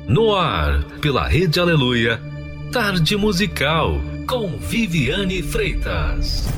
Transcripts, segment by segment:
No ar, pela Rede Aleluia, Tarde Musical, com Viviane Freitas.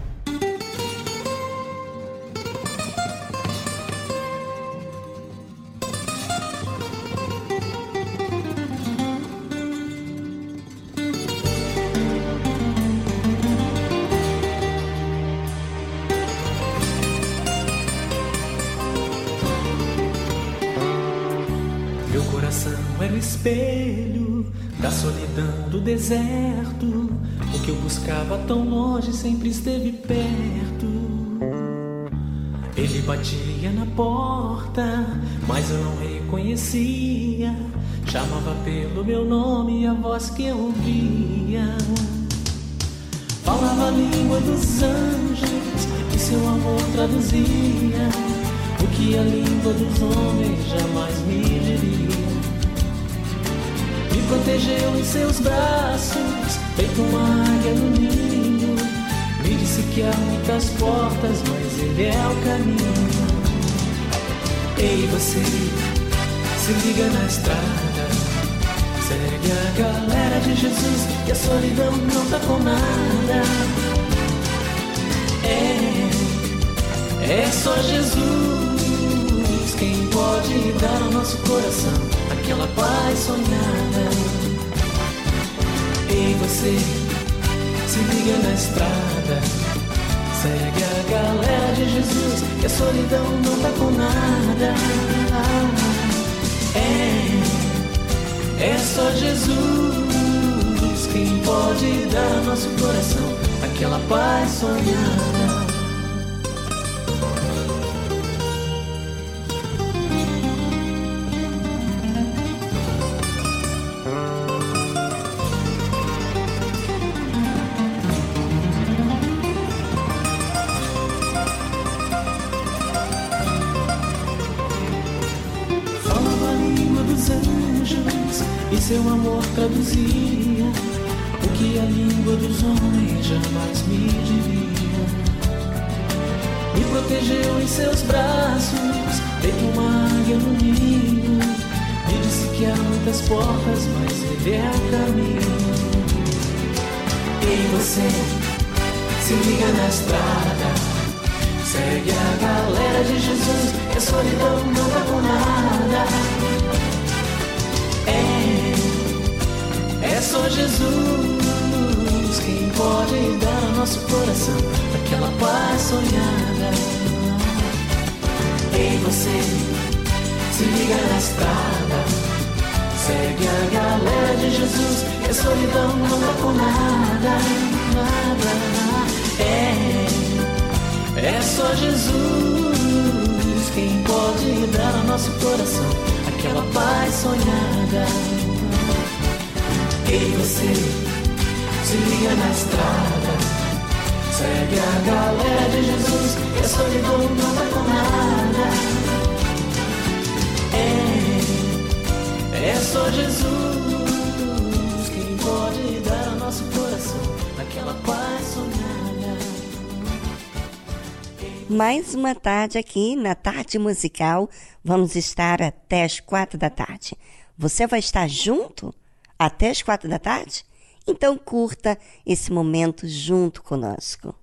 Espelho da solidão do deserto, o que eu buscava tão longe sempre esteve perto. Ele batia na porta, mas eu não reconhecia. Chamava pelo meu nome e a voz que eu ouvia falava a língua dos anjos e seu amor traduzia o que a língua dos homens jamais me diria. Me protegeu em seus braços, feito uma águia no ninho. Me disse que há muitas portas, mas ele é o caminho. Ei, você, se liga na estrada, segue a galera de Jesus, que a solidão não tá com nada. É só Jesus quem pode dar ao nosso coração aquela paz sonhada. Ei, você, se liga na estrada, segue a galera de Jesus, que a solidão não tá com nada. É só Jesus quem pode dar ao nosso coração aquela paz sonhada. Seu amor traduzia o que a língua dos homens jamais me diria. Me protegeu em seus braços, feito uma águia no ninho. Me disse que há muitas portas, mas ele é o caminho. Ei, você, se liga na estrada, segue a galera de Jesus, que a solidão não tá com nada. É só Jesus quem pode dar ao nosso coração aquela paz sonhada. Ei, você, se liga na estrada, segue a galera de Jesus, que a solidão não tá com nada. É só Jesus quem pode dar ao nosso coração aquela paz sonhada. Ei, você, se liga na estrada, segue a galera de Jesus, que a solidão não tá com nada. É só Jesus quem pode dar ao nosso coração aquela paz sonhada. Mais uma tarde aqui na Tarde Musical. Vamos estar até as 4 da tarde. Você vai estar junto até as 4 da tarde? Então curta esse momento junto conosco.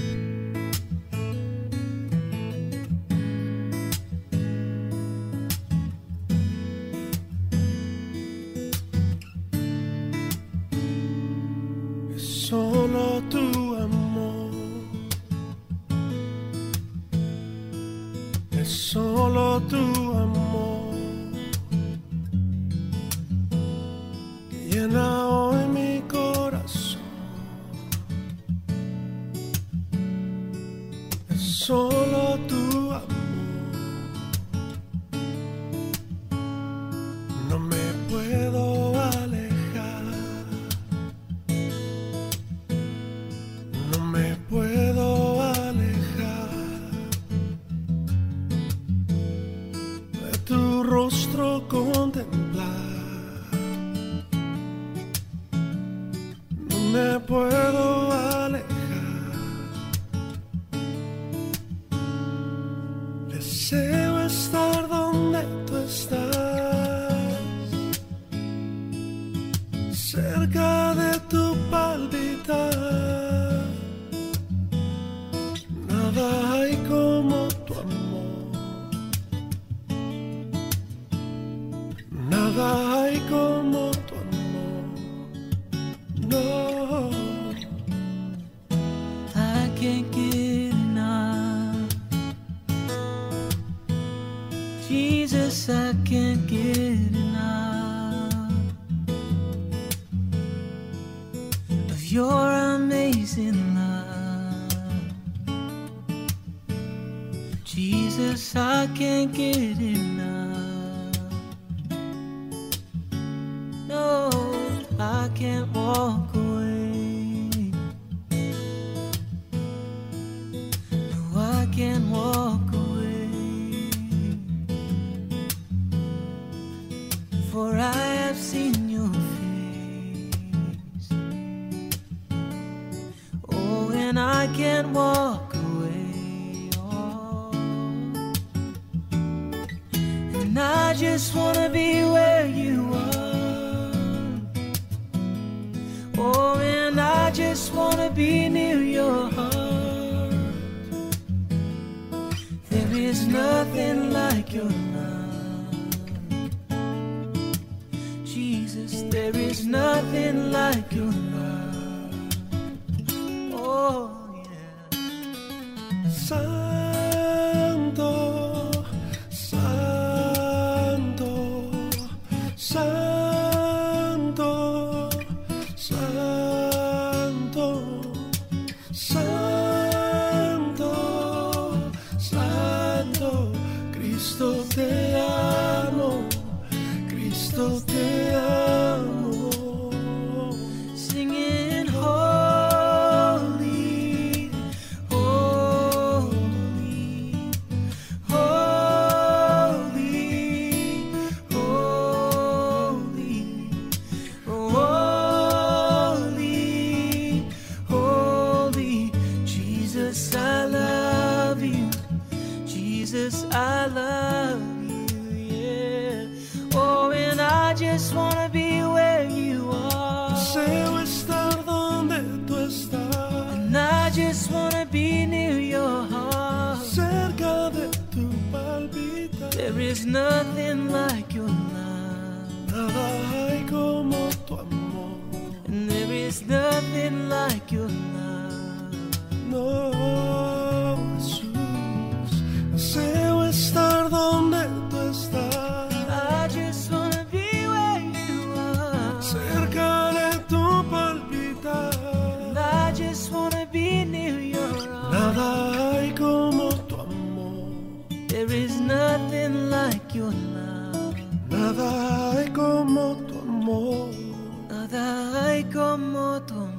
Es solo tu amor, es solo tu amor que llena hoy mi corazón. Es solo tu amor, no me puedo alejar, no me puedo alejar de tu rostro contemplar. No me puedo alejar. Deseo estar donde tú estás. cerca de tu palpitar. Nada hay como tu amor, nada hay como tu amor, no. I can't get enough, Jesus, I can't get enough of your amazing love. Jesus, I can't get enough. No, I can't walk away. No, I can't walk away. For I have seen your face. Oh, and I can't walk away. Oh, and I just wanna be where you are. Oh, and I just wanna be near your heart. There is nothing like your love, Jesus. There is nothing like your love. Oh, yeah. Santo, santo, santo, santo, santo, santo. Cristo te amo, Cristo te amo. Singing holy, holy, holy, holy, holy, holy. Jesus, I love you. Jesus, I love you, yeah. Oh, and I just wanna be where you are. Deseo estar donde tú estás, And I just wanna be near your heart. cerca de tu palpitar. There is nothing like your love, Nada hay como tu amor, and there is nothing like your love. no, Jesús. Deseo estar donde tú estás, I just wanna be where you are. cerca de tu palpitar. And I just wanna be near your heart. Nada hay como tu amor, There is nothing like your love. nada hay como tu amor. Nada hay como tu amor.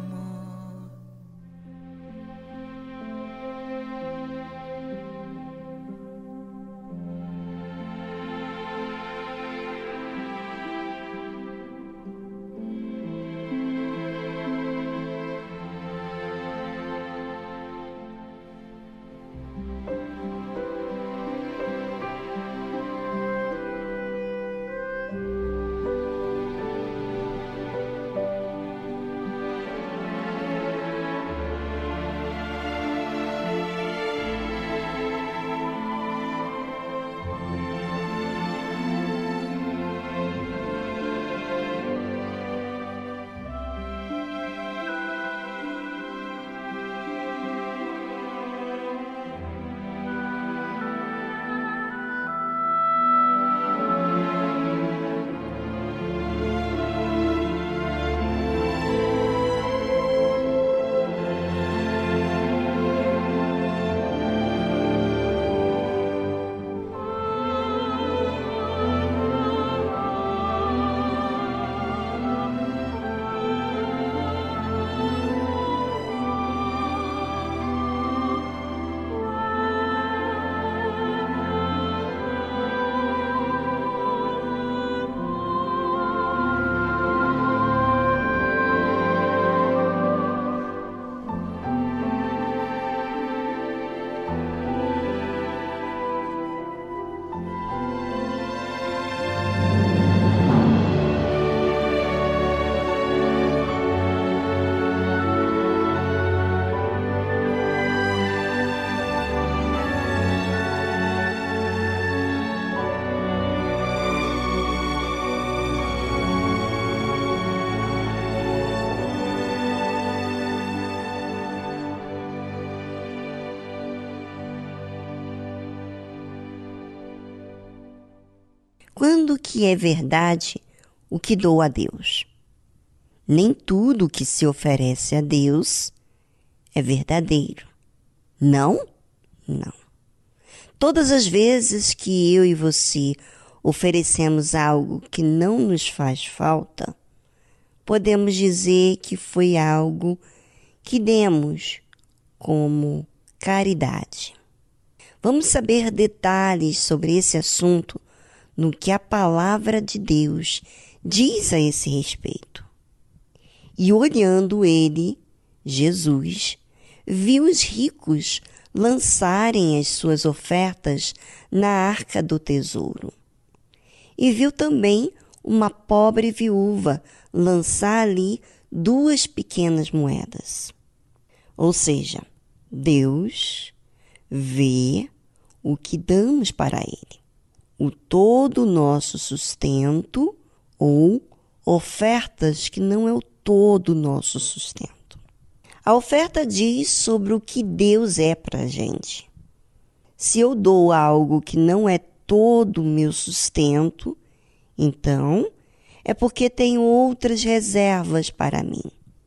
Quando que é verdade o que dou a Deus? Nem tudo que se oferece a Deus é verdadeiro. Não? Não. Todas as vezes que eu e você oferecemos algo que não nos faz falta, podemos dizer que foi algo que demos como caridade. Vamos saber detalhes sobre esse assunto no que a palavra de Deus diz a esse respeito. E olhando ele, Jesus, viu os ricos lançarem as suas ofertas na arca do tesouro. E viu também uma pobre viúva lançar ali 2 pequenas moedas. Ou seja, Deus vê o que damos para Ele, o todo o nosso sustento ou ofertas que não é o todo o nosso sustento. A oferta diz sobre o que Deus é para a gente. Se eu dou algo que não é todo o meu sustento, então é porque tenho outras reservas para mim.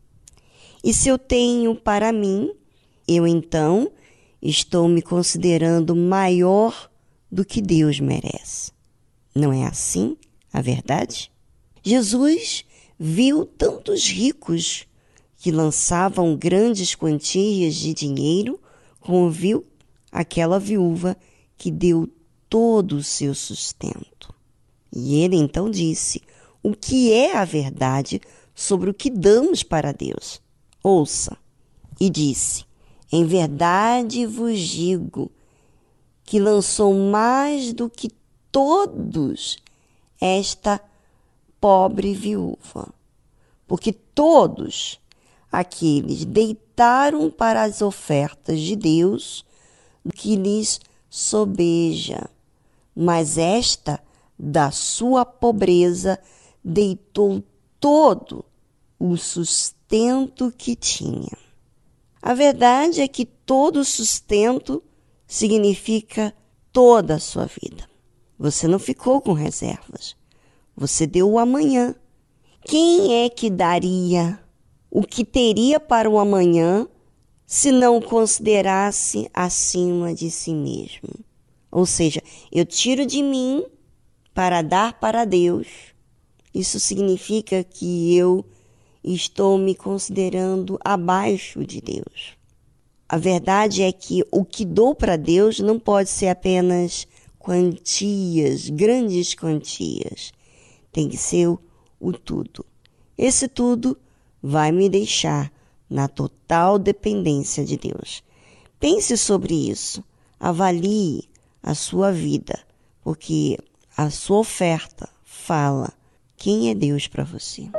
E se eu tenho para mim, eu então estou me considerando maior do que Deus merece. Não é assim a verdade? Jesus viu tantos ricos que lançavam grandes quantias de dinheiro, como viu aquela viúva que deu todo o seu sustento. E ele então disse o que é a verdade sobre o que damos para Deus. Ouça, e disse: em verdade vos digo que lançou mais do que todos esta pobre viúva, porque todos aqueles deitaram para as ofertas de Deus do que lhes sobeja, mas esta, da sua pobreza, deitou todo o sustento que tinha. A verdade é que todo sustento significa toda a sua vida. Você não ficou com reservas. Você deu o amanhã. Quem é que daria o que teria para o amanhã se não considerasse acima de si mesmo? Ou seja, eu tiro de mim para dar para Deus. Isso significa que eu estou me considerando abaixo de Deus. A verdade é que o que dou para Deus não pode ser apenas quantias, grandes quantias. Tem que ser o tudo. Esse tudo vai me deixar na total dependência de Deus. Pense sobre isso. Avalie a sua vida, porque a sua oferta fala quem é Deus para você.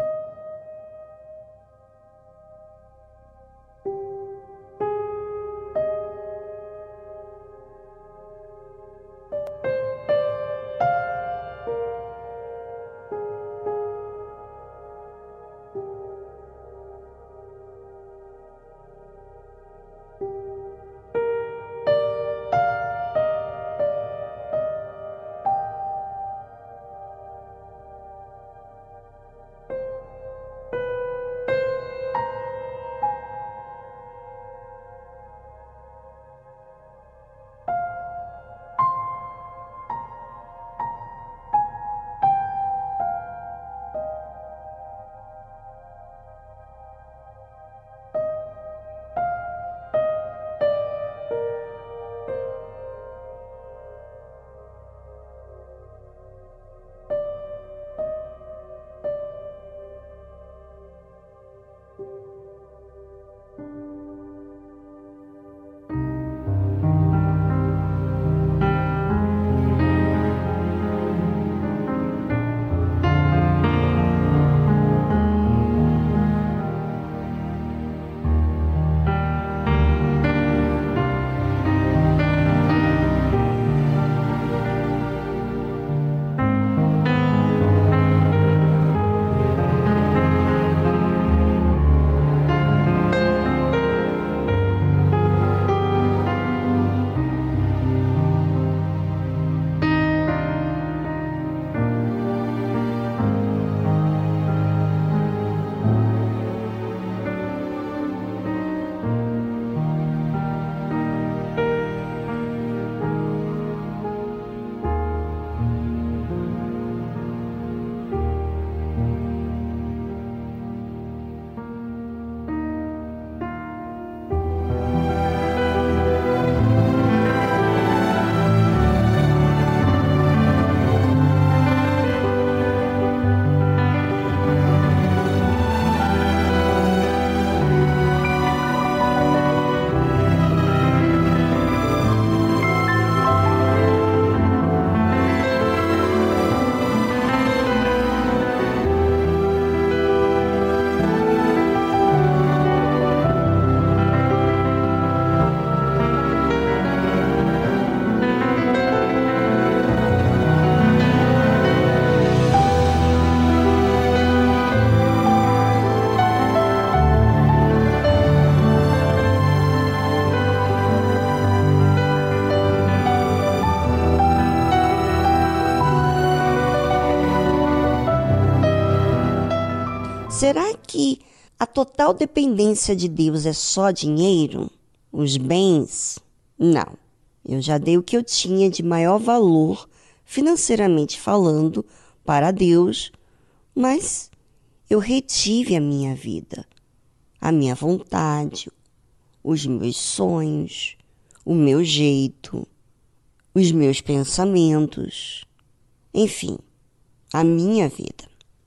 Será que a total dependência de Deus é só dinheiro? Os bens? Não. Eu já dei o que eu tinha de maior valor, financeiramente falando, para Deus, mas eu retive a minha vida, a minha vontade, os meus sonhos, o meu jeito, os meus pensamentos, enfim, a minha vida.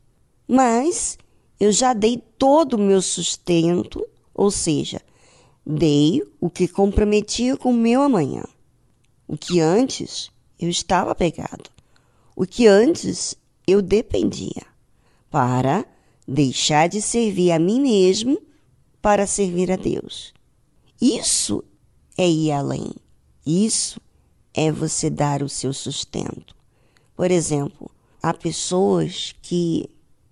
Mas eu já dei todo o meu sustento, ou seja, dei o que comprometia com o meu amanhã. O que antes eu estava apegado, o que antes eu dependia, para deixar de servir a mim mesmo para servir a Deus. Isso é ir além. Isso é você dar o seu sustento. Por exemplo, há pessoas que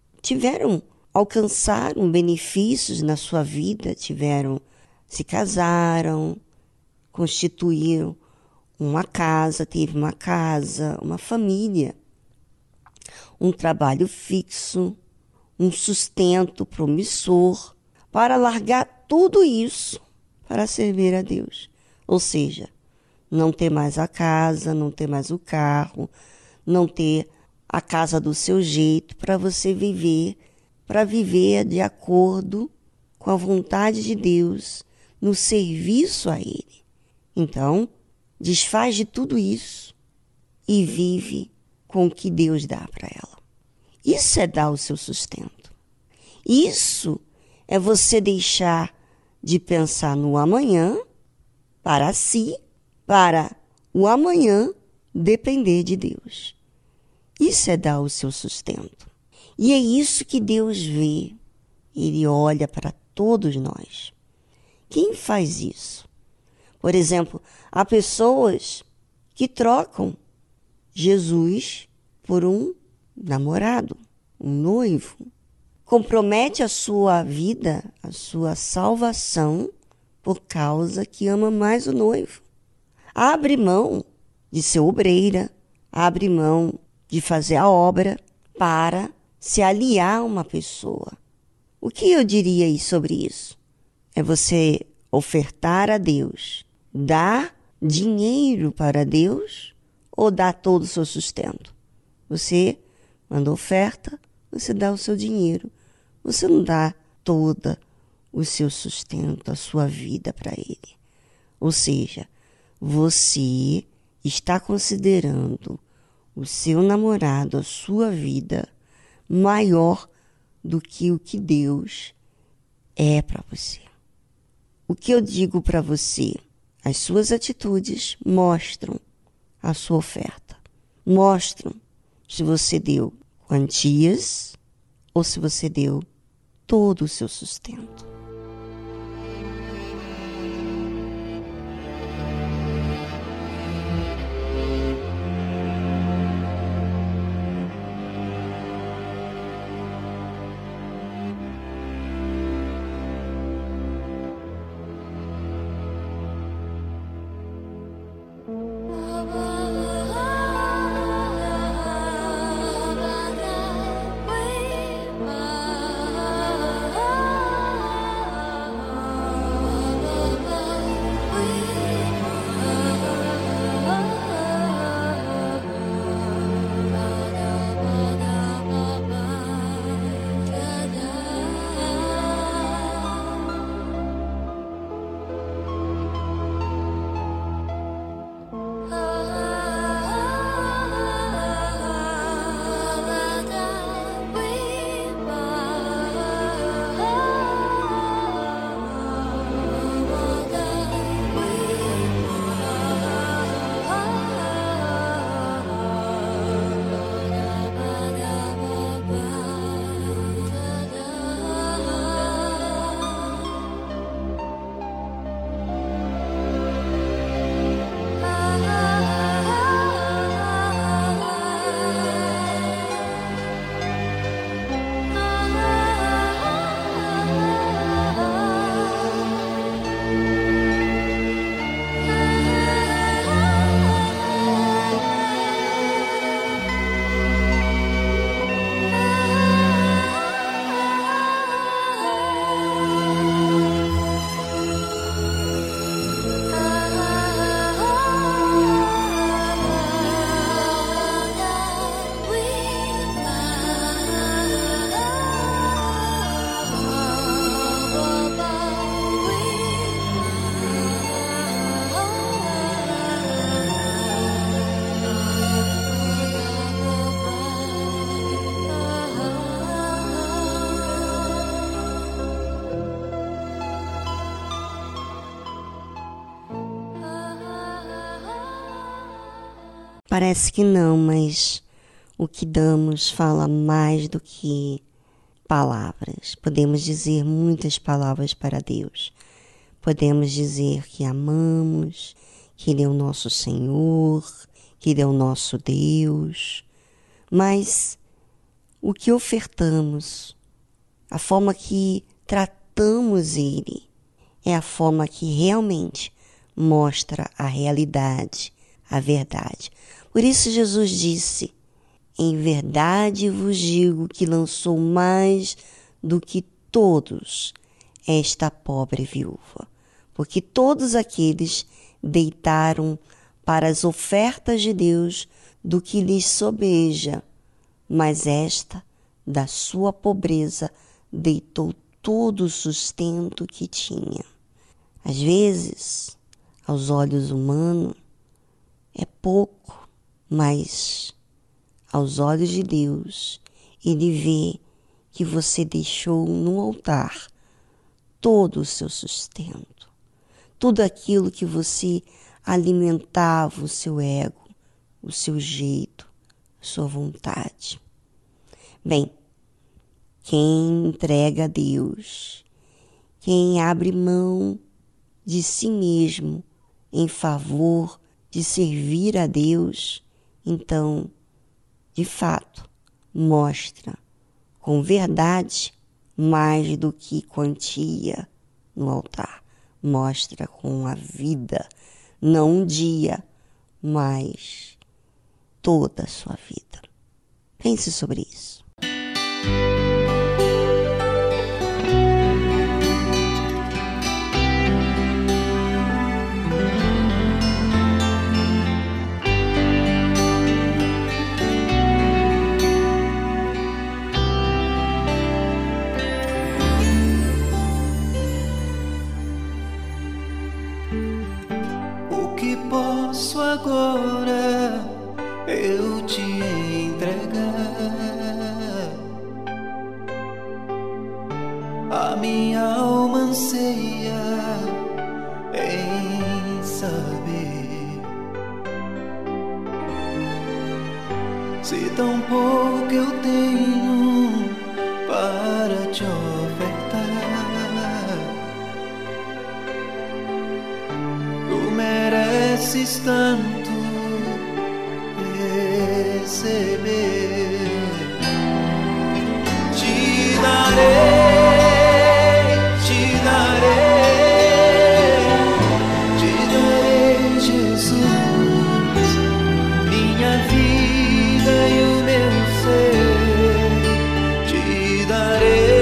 alcançaram benefícios na sua vida, se casaram, constituíram uma casa, teve uma casa, uma família, um trabalho fixo, um sustento promissor, para largar tudo isso para servir a Deus. Ou seja, não ter mais a casa, não ter mais o carro, não ter a casa do seu jeito para você viver, para viver de acordo com a vontade de Deus, no serviço a Ele. Então, desfaz de tudo isso e vive com o que Deus dá para ela. Isso é dar o seu sustento. Isso é você deixar de pensar no amanhã para si, para o amanhã depender de Deus. Isso é dar o seu sustento. E é isso que Deus vê. Ele olha para todos nós. Quem faz isso? Por exemplo, há pessoas que trocam Jesus por um namorado, um noivo. Compromete a sua vida, a sua salvação, por causa que ama mais o noivo. Abre mão de ser obreira, abre mão de fazer a obra para se aliar a uma pessoa. O que eu diria sobre isso? É você ofertar a Deus, dar dinheiro para Deus ou dar todo o seu sustento? Você manda oferta, você dá o seu dinheiro. Você não dá todo o seu sustento, a sua vida para Ele. Ou seja, você está considerando o seu namorado, a sua vida, maior do que o que Deus é para você. O que eu digo para você? As suas atitudes mostram a sua oferta. Mostram se você deu quantias ou se você deu todo o seu sustento. Parece que não, mas o que damos fala mais do que palavras. Podemos dizer muitas palavras para Deus. Podemos dizer que amamos, que Ele é o nosso Senhor, que Ele é o nosso Deus. Mas o que ofertamos, a forma que tratamos Ele, é a forma que realmente mostra a realidade, a verdade. Por isso Jesus disse: em verdade vos digo que lançou mais do que todos esta pobre viúva, porque todos aqueles deitaram para as ofertas de Deus do que lhes sobeja, mas esta, da sua pobreza, deitou todo o sustento que tinha. Às vezes, aos olhos humanos, é pouco, mas aos olhos de Deus, Ele vê que você deixou no altar todo o seu sustento, tudo aquilo que você alimentava o seu ego, o seu jeito, a sua vontade. Bem, quem entrega a Deus, quem abre mão de si mesmo em favor de servir a Deus, então, de fato, mostra com verdade mais do que quantia no altar. Mostra com a vida, não um dia, mas toda a sua vida. Pense sobre isso. Posso agora eu te entregar a minha alma anseia em saber se tão pouco eu tenho para te ofertar. Mereces tanto receber. Te darei, te darei, te darei, Jesus, minha vida e o meu ser. Te darei.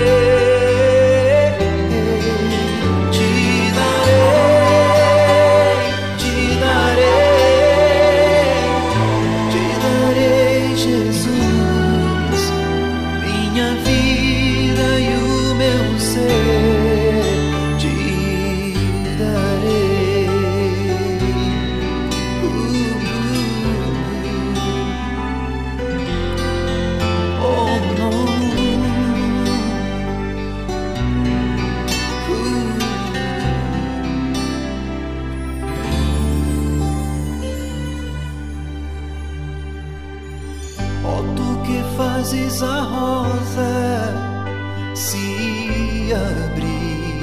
Fazes a rosa se abrir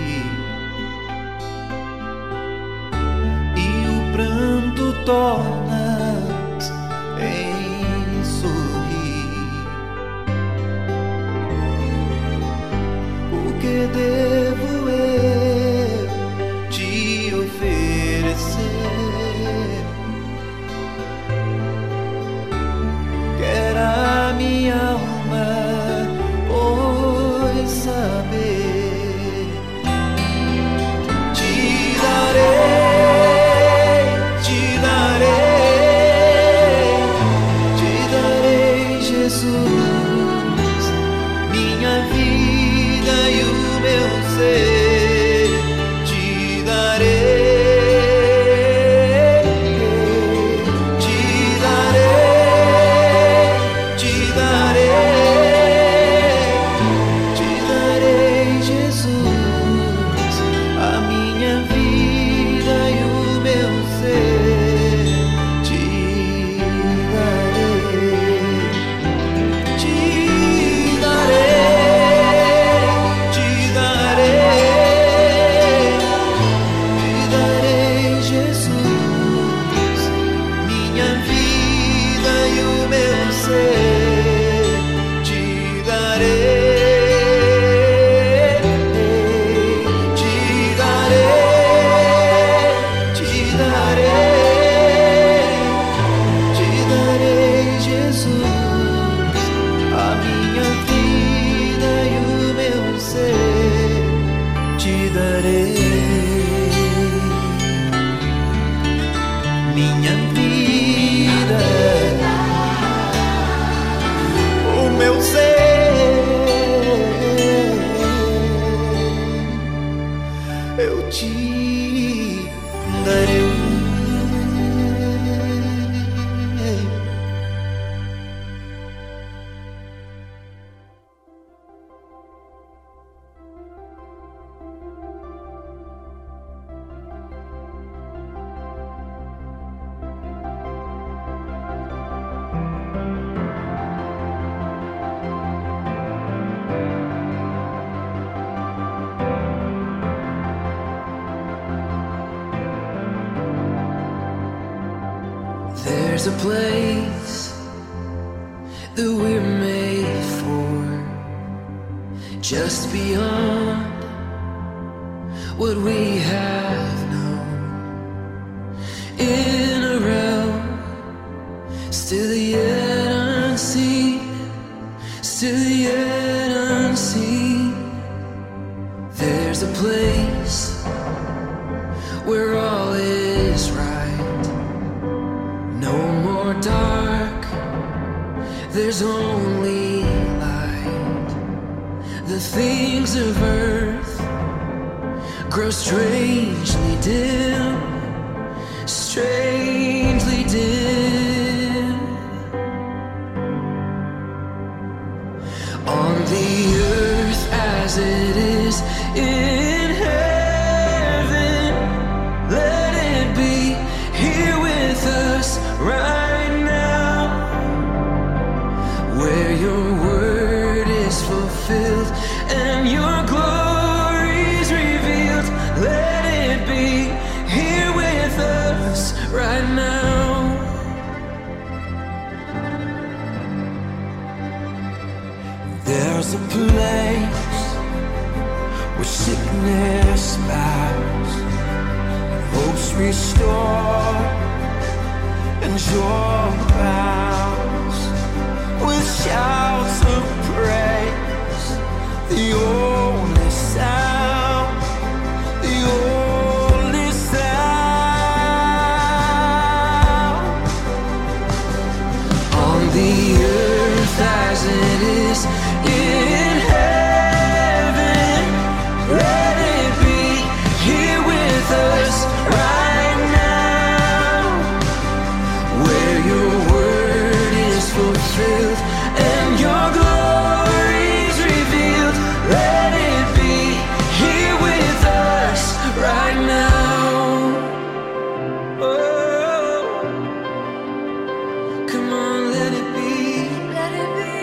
e o pranto tornas em sorrir. O que devo eu te oferecer? Quero minha alma, pois saber, te darei, te darei, te darei, Jesus, minha vida e o meu você te darei minha vida, o meu ser, eu te darei. There's a place that we're made for, just beyond what we have known, in a realm still yet unseen, still yet unseen. There's a place where all is right, no more dark, there's only light. The things of earth grow strangely dim, strangely dim. On the earth as it is in heaven, let it be here with us right now, where your word is fulfilled and your glory is revealed. Let it be here with us right now. There's a place where sickness bows, hope's restored, and joy bows with shouts of praise. The only sound, the only sound. On the earth as it is in heaven, let it be here with us right now, where your word is fulfilled and your glory is revealed. Let it be here with us right now. Oh, come on, let it be. Let it be.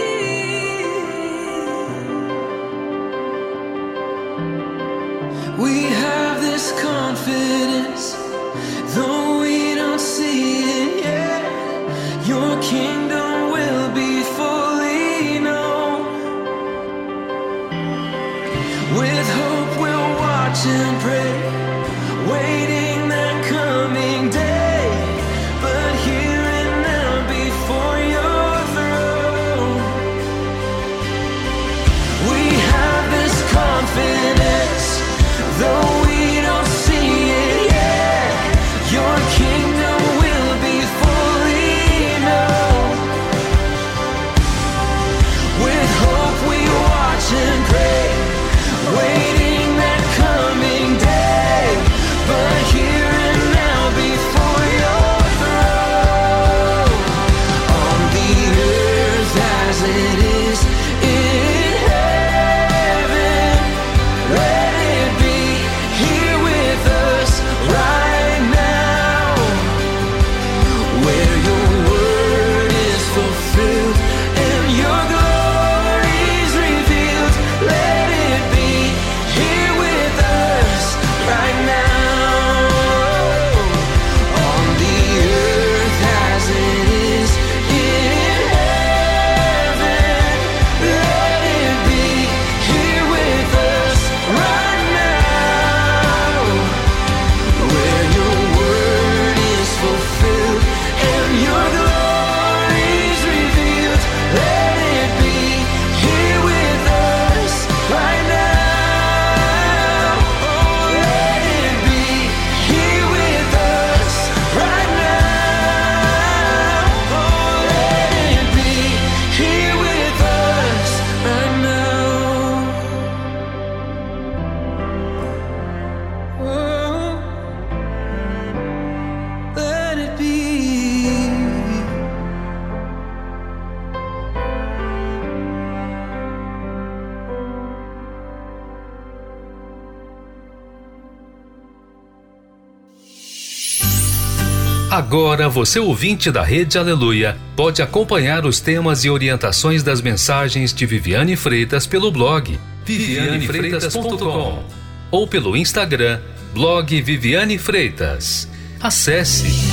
We have this confidence, though we don't see it yet. Your kingdom will be fully known. With hope we'll watch and pray, waiting that coming day. But here and now before your throne, we have this confidence, though we don't see it yet. Your kingdom will be fully known. With hope we watch and pray, waiting that coming day. But here and now before your throne, on the earth as it is in heaven, let it be Agora você, ouvinte da Rede Aleluia, pode acompanhar os temas e orientações das mensagens de Viviane Freitas pelo blog vivianefreitas.com ou pelo Instagram, blog Viviane Freitas. Acesse!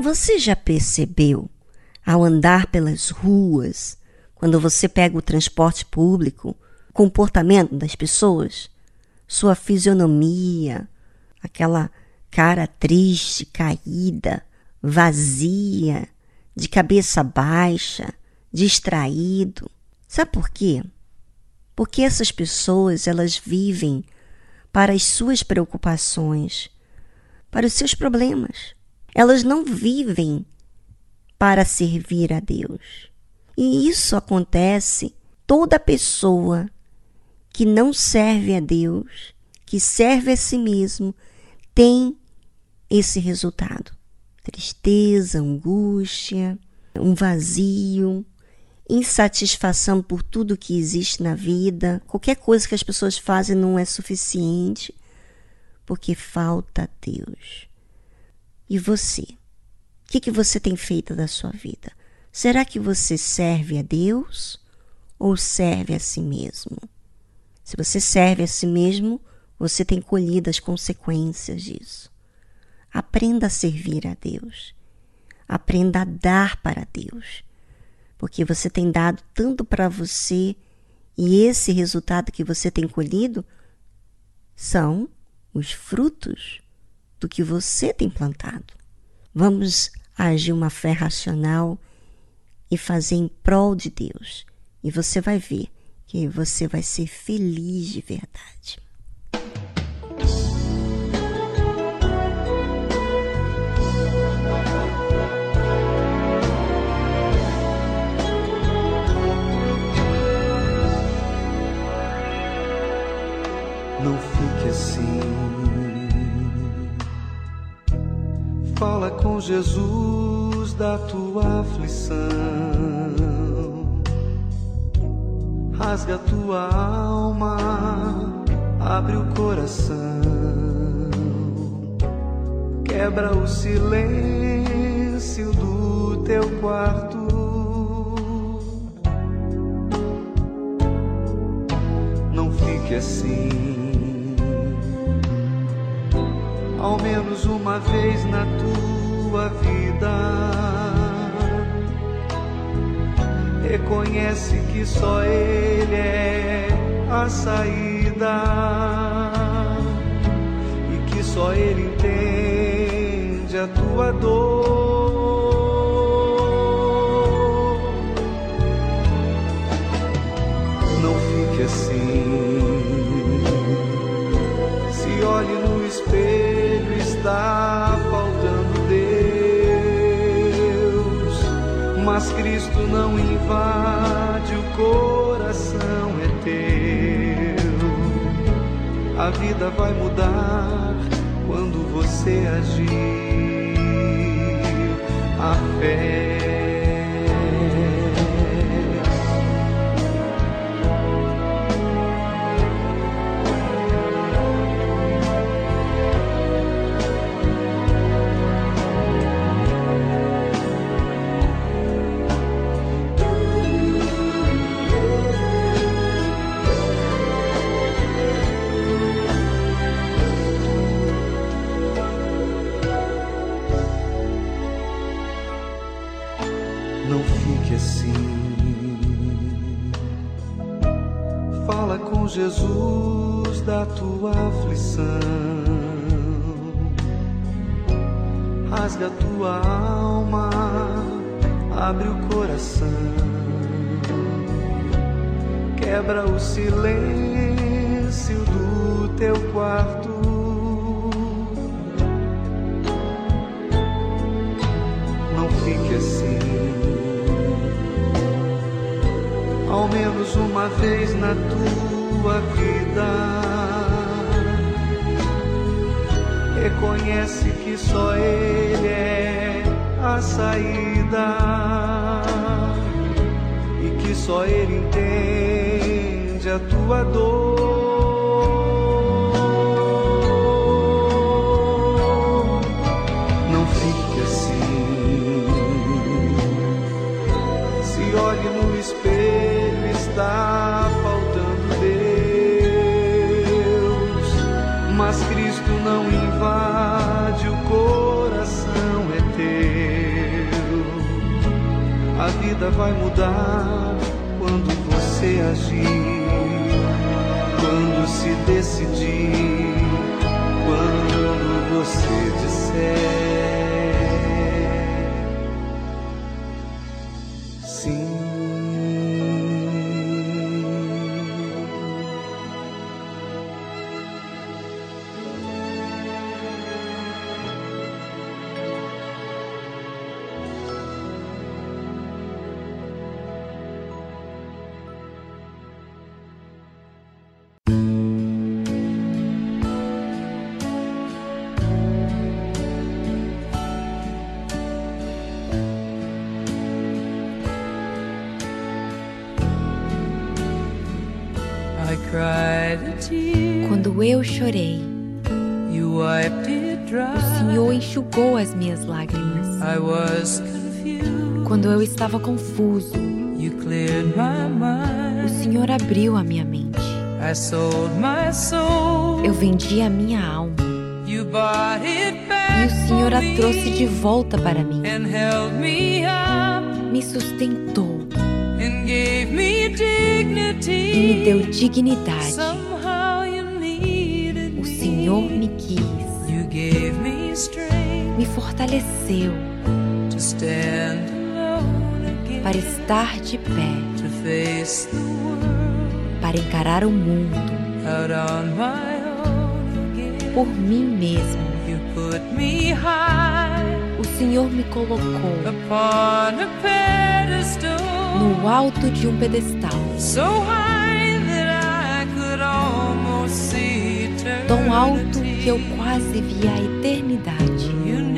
Você já percebeu, ao andar pelas ruas, quando você pega o transporte público, o comportamento das pessoas, sua fisionomia, aquela cara triste, caída, vazia, de cabeça baixa, distraído? Sabe por quê? Porque essas pessoas, elas vivem para as suas preocupações, para os seus problemas. Elas não vivem para servir a Deus. E isso acontece, toda pessoa que não serve a Deus, que serve a si mesmo, tem esse resultado. Tristeza, angústia, um vazio, insatisfação por tudo que existe na vida. Qualquer coisa que as pessoas fazem não é suficiente, porque falta Deus. E você? O que você tem feito da sua vida? Será que você serve a Deus ou serve a si mesmo? Se você serve a si mesmo, você tem colhido as consequências disso. Aprenda a servir a Deus. Aprenda a dar para Deus. Porque você tem dado tanto para você e esse resultado que você tem colhido são os frutos do que você tem plantado. Vamos agir uma fé racional e fazer em prol de Deus. E você vai ver que você vai ser feliz de verdade. Não fique assim. Fala com Jesus da tua aflição. Rasga tua alma, abre o coração. Quebra o silêncio do teu quarto. Não fique assim. Ao menos uma vez na tua vida, reconhece que só Ele é a saída e que só Ele entende a tua dor. Não fique assim. Se olhe no espelho, está faltando Deus, mas Cristo não invade, o coração é teu. A vida vai mudar quando você agir. A fé não fique assim. Fala com Jesus da tua aflição. Rasga tua alma, abre o coração. Quebra o silêncio do teu quarto. Não fique assim. Ao menos uma vez na tua vida, reconhece que só Ele é a saída e que só Ele entende a tua dor. Não fique assim. Se olhe no espelho, está faltando Deus, mas Cristo não invade, o coração é teu. vida vai mudar quando você agir, quando se decidir, quando você disser sim. Quando eu chorei, o Senhor enxugou as minhas lágrimas. Quando eu estava confuso, o Senhor abriu a minha mente. Eu vendi a minha alma e o Senhor a trouxe de volta para mim. Me sustentou e me deu dignidade. O Senhor me quis, me fortaleceu para estar de pé, para encarar o mundo por mim mesmo. O Senhor me colocou no alto de um pedestal, tão alto que eu quase vi a eternidade.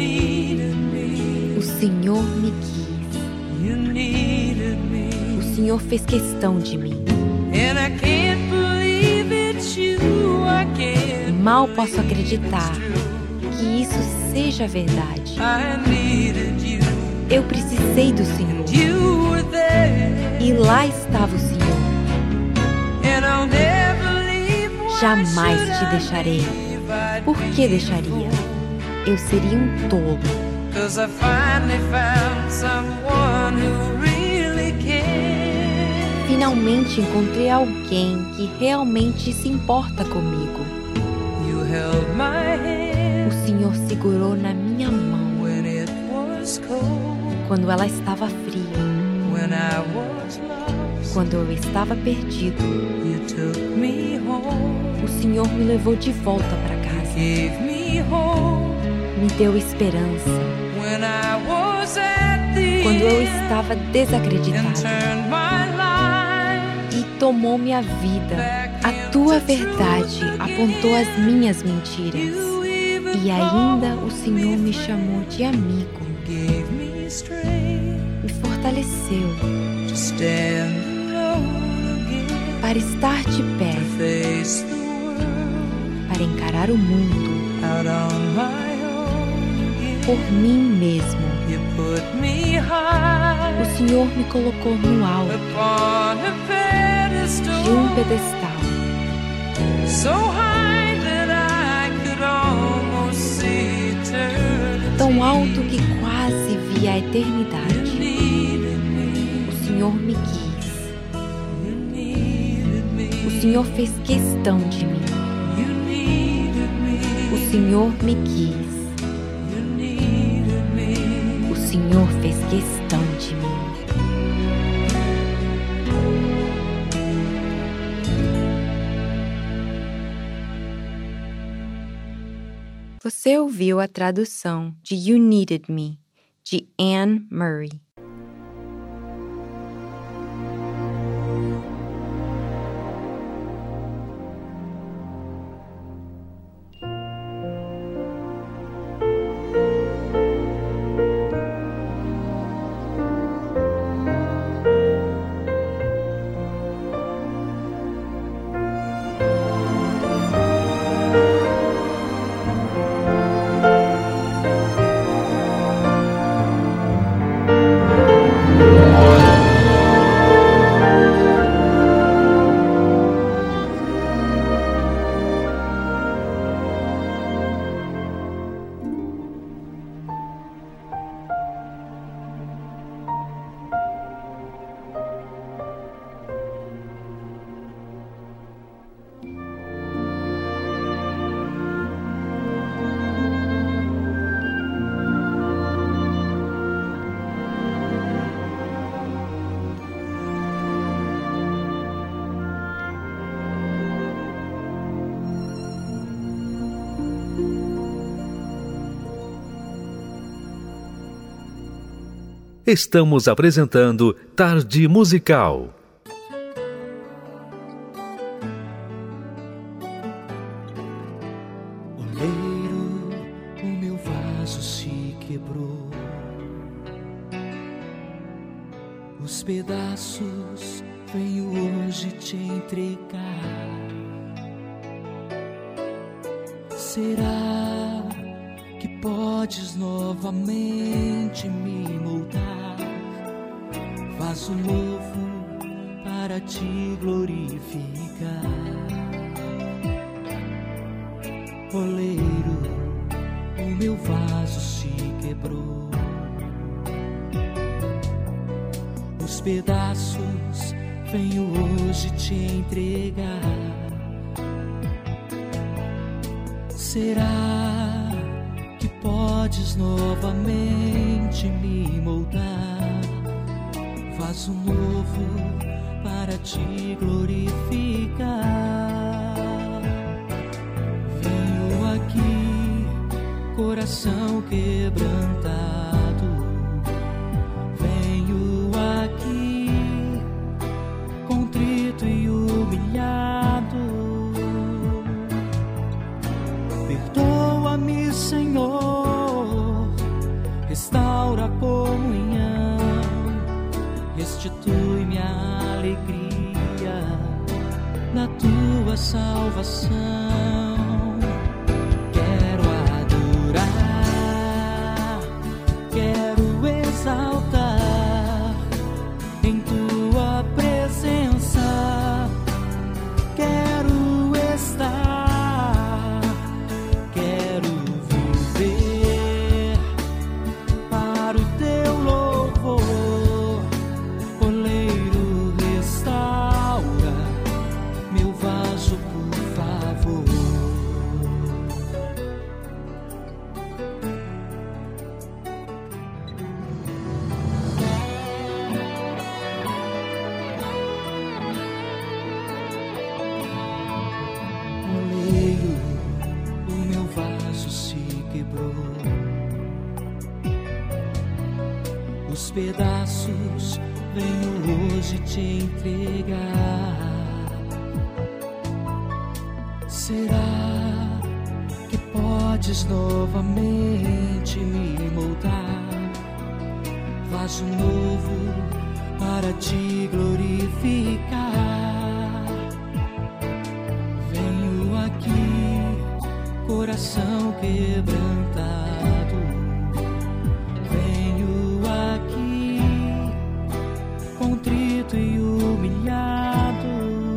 O Senhor me quis. O Senhor fez questão de mim. Mal posso acreditar que isso seja verdade. Eu precisei do Senhor. E lá estava o Senhor. Jamais te deixarei. Por que deixaria? Eu seria um tolo. Finalmente encontrei alguém que realmente se importa comigo. O Senhor segurou na minha mão quando ela estava fria, quando eu estava perdido. O Senhor me levou de volta para casa, me deu esperança quando eu estava desacreditado, e tomou minha vida. A tua verdade apontou as minhas mentiras, e ainda o Senhor me chamou de amigo, me fortaleceu para estar de pé, para encarar o mundo por mim mesmo. O Senhor me colocou no alto de um pedestal, tão alto que quase vi a eternidade. O Senhor me quis. O Senhor fez questão de mim. O Senhor me quis. O Senhor fez questão de mim. Você ouviu a tradução de You Needed Me, de Anne Murray. estamos apresentando Tarde Musical. Oleiro, o meu vaso se quebrou, os pedaços venho hoje te entregar. Será que podes novamente me moldar? Vaso novo para te glorificar. Oleiro, o meu vaso se quebrou, os pedaços venho hoje te entregar. Será que podes novamente me moldar? Vaso novo para te glorificar. Venho aqui, coração quebrantado. Venho aqui, contrito e humilhado. Perdoa-me, Senhor, restaura a comunhão, restitui-me a alegria na tua salvação. Quero adorar, quero exaltar em tua presença, quero estar, quero viver para o teu louvor. Oleiro, restaura meu vaso, por favor. Oleiro, o meu vaso se quebrou, os pedaços venho hoje te entregar. Será que podes novamente me moldar? Vaso novo para te glorificar. Venho aqui, coração quebrantado. Venho aqui, contrito e humilhado.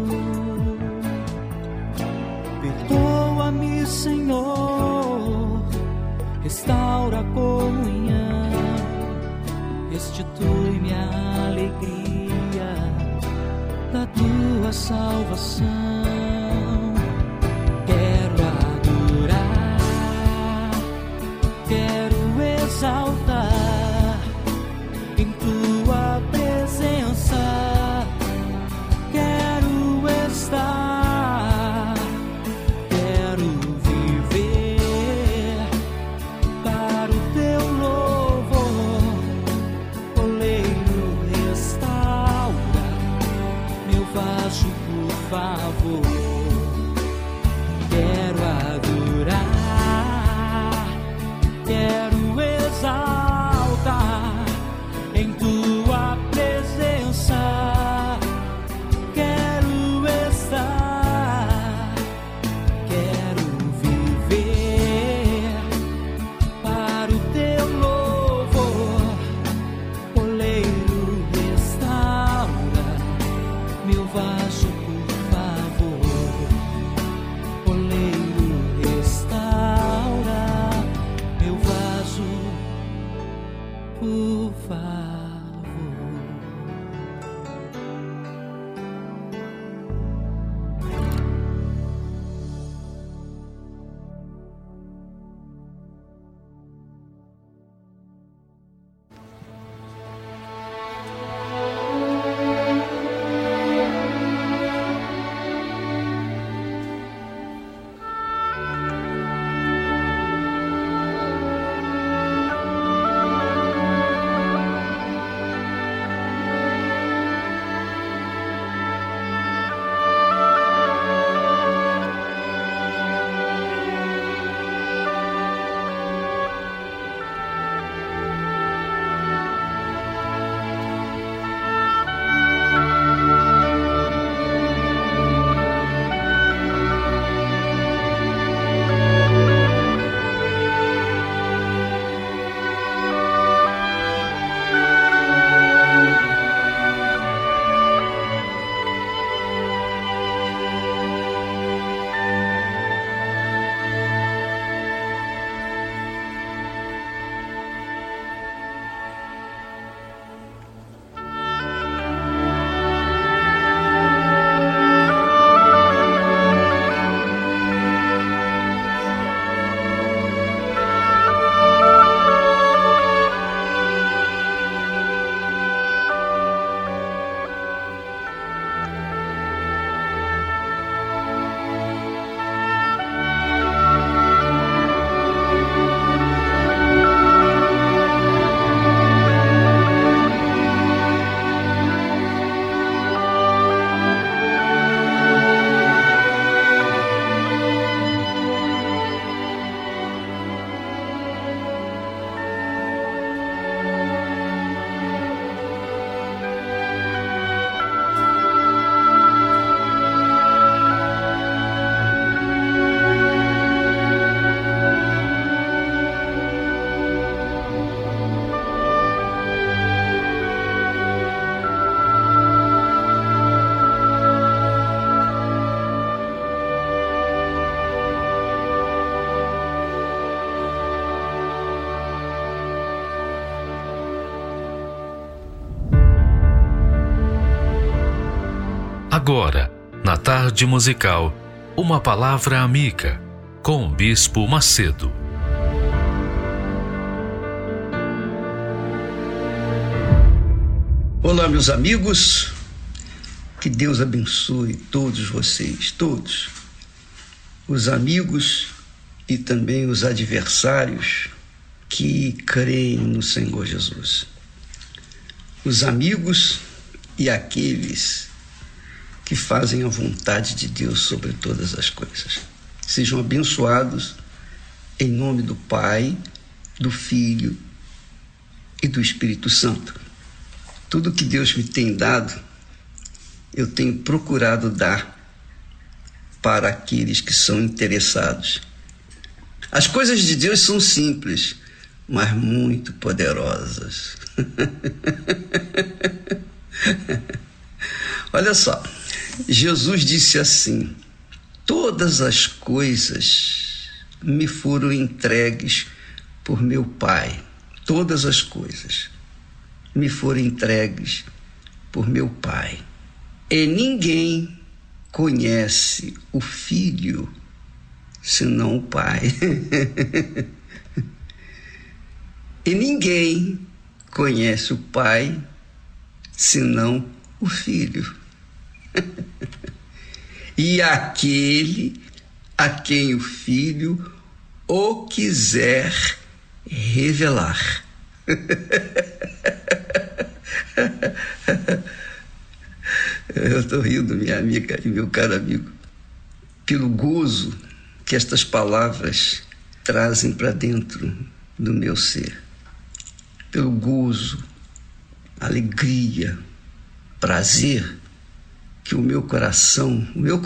Perdoa-me, Senhor, restaura a comunhão, restitui-me a alegria da tua salvação. Quero adorar, quero exaltar em tua presença, quero estar, quero viver para o teu louvor. Oleiro, restaura meu vaso, por favor. Quero adorar, quero exaltar em tua presença, quero estar, quero viver para o teu louvor. Oleiro, restaura meu vaso, por favor. Oleiro, restaura meu vaso, por favor. Agora, na tarde musical, uma palavra amiga, com o Bispo Macedo. Olá, meus amigos, que Deus abençoe todos vocês, todos, os amigos e também os adversários que creem no Senhor Jesus. Os amigos e aqueles que fazem a vontade de Deus sobre todas as coisas. Sejam abençoados em nome do Pai, do Filho e do Espírito Santo. Tudo que Deus me tem dado, eu tenho procurado dar para aqueles que são interessados. As coisas de Deus são simples, mas muito poderosas. Olha só, Jesus disse assim: todas as coisas me foram entregues por meu Pai. Todas as coisas me foram entregues por meu Pai. E ninguém conhece o Filho senão o Pai. E ninguém conhece o Pai senão o Filho. E aquele a quem o Filho o quiser revelar. Eu estou rindo, minha amiga e meu caro amigo, pelo gozo que estas palavras trazem para dentro do meu ser. Pelo gozo, alegria, prazer que o meu coração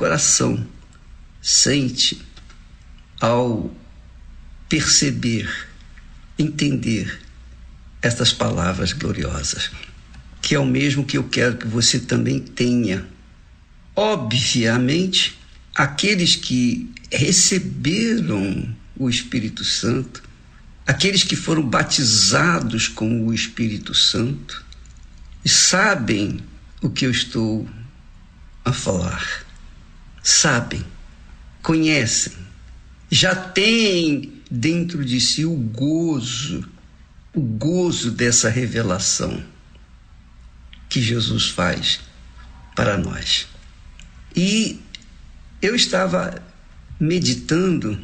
sente ao perceber, entender estas palavras gloriosas, que é o mesmo que eu quero que você também tenha. Obviamente, aqueles que receberam o Espírito Santo, aqueles que foram batizados com o Espírito Santo, sabem o que eu estou a falar. Sabem, conhecem, já têm dentro de si o gozo dessa revelação que Jesus faz para nós. E eu estava meditando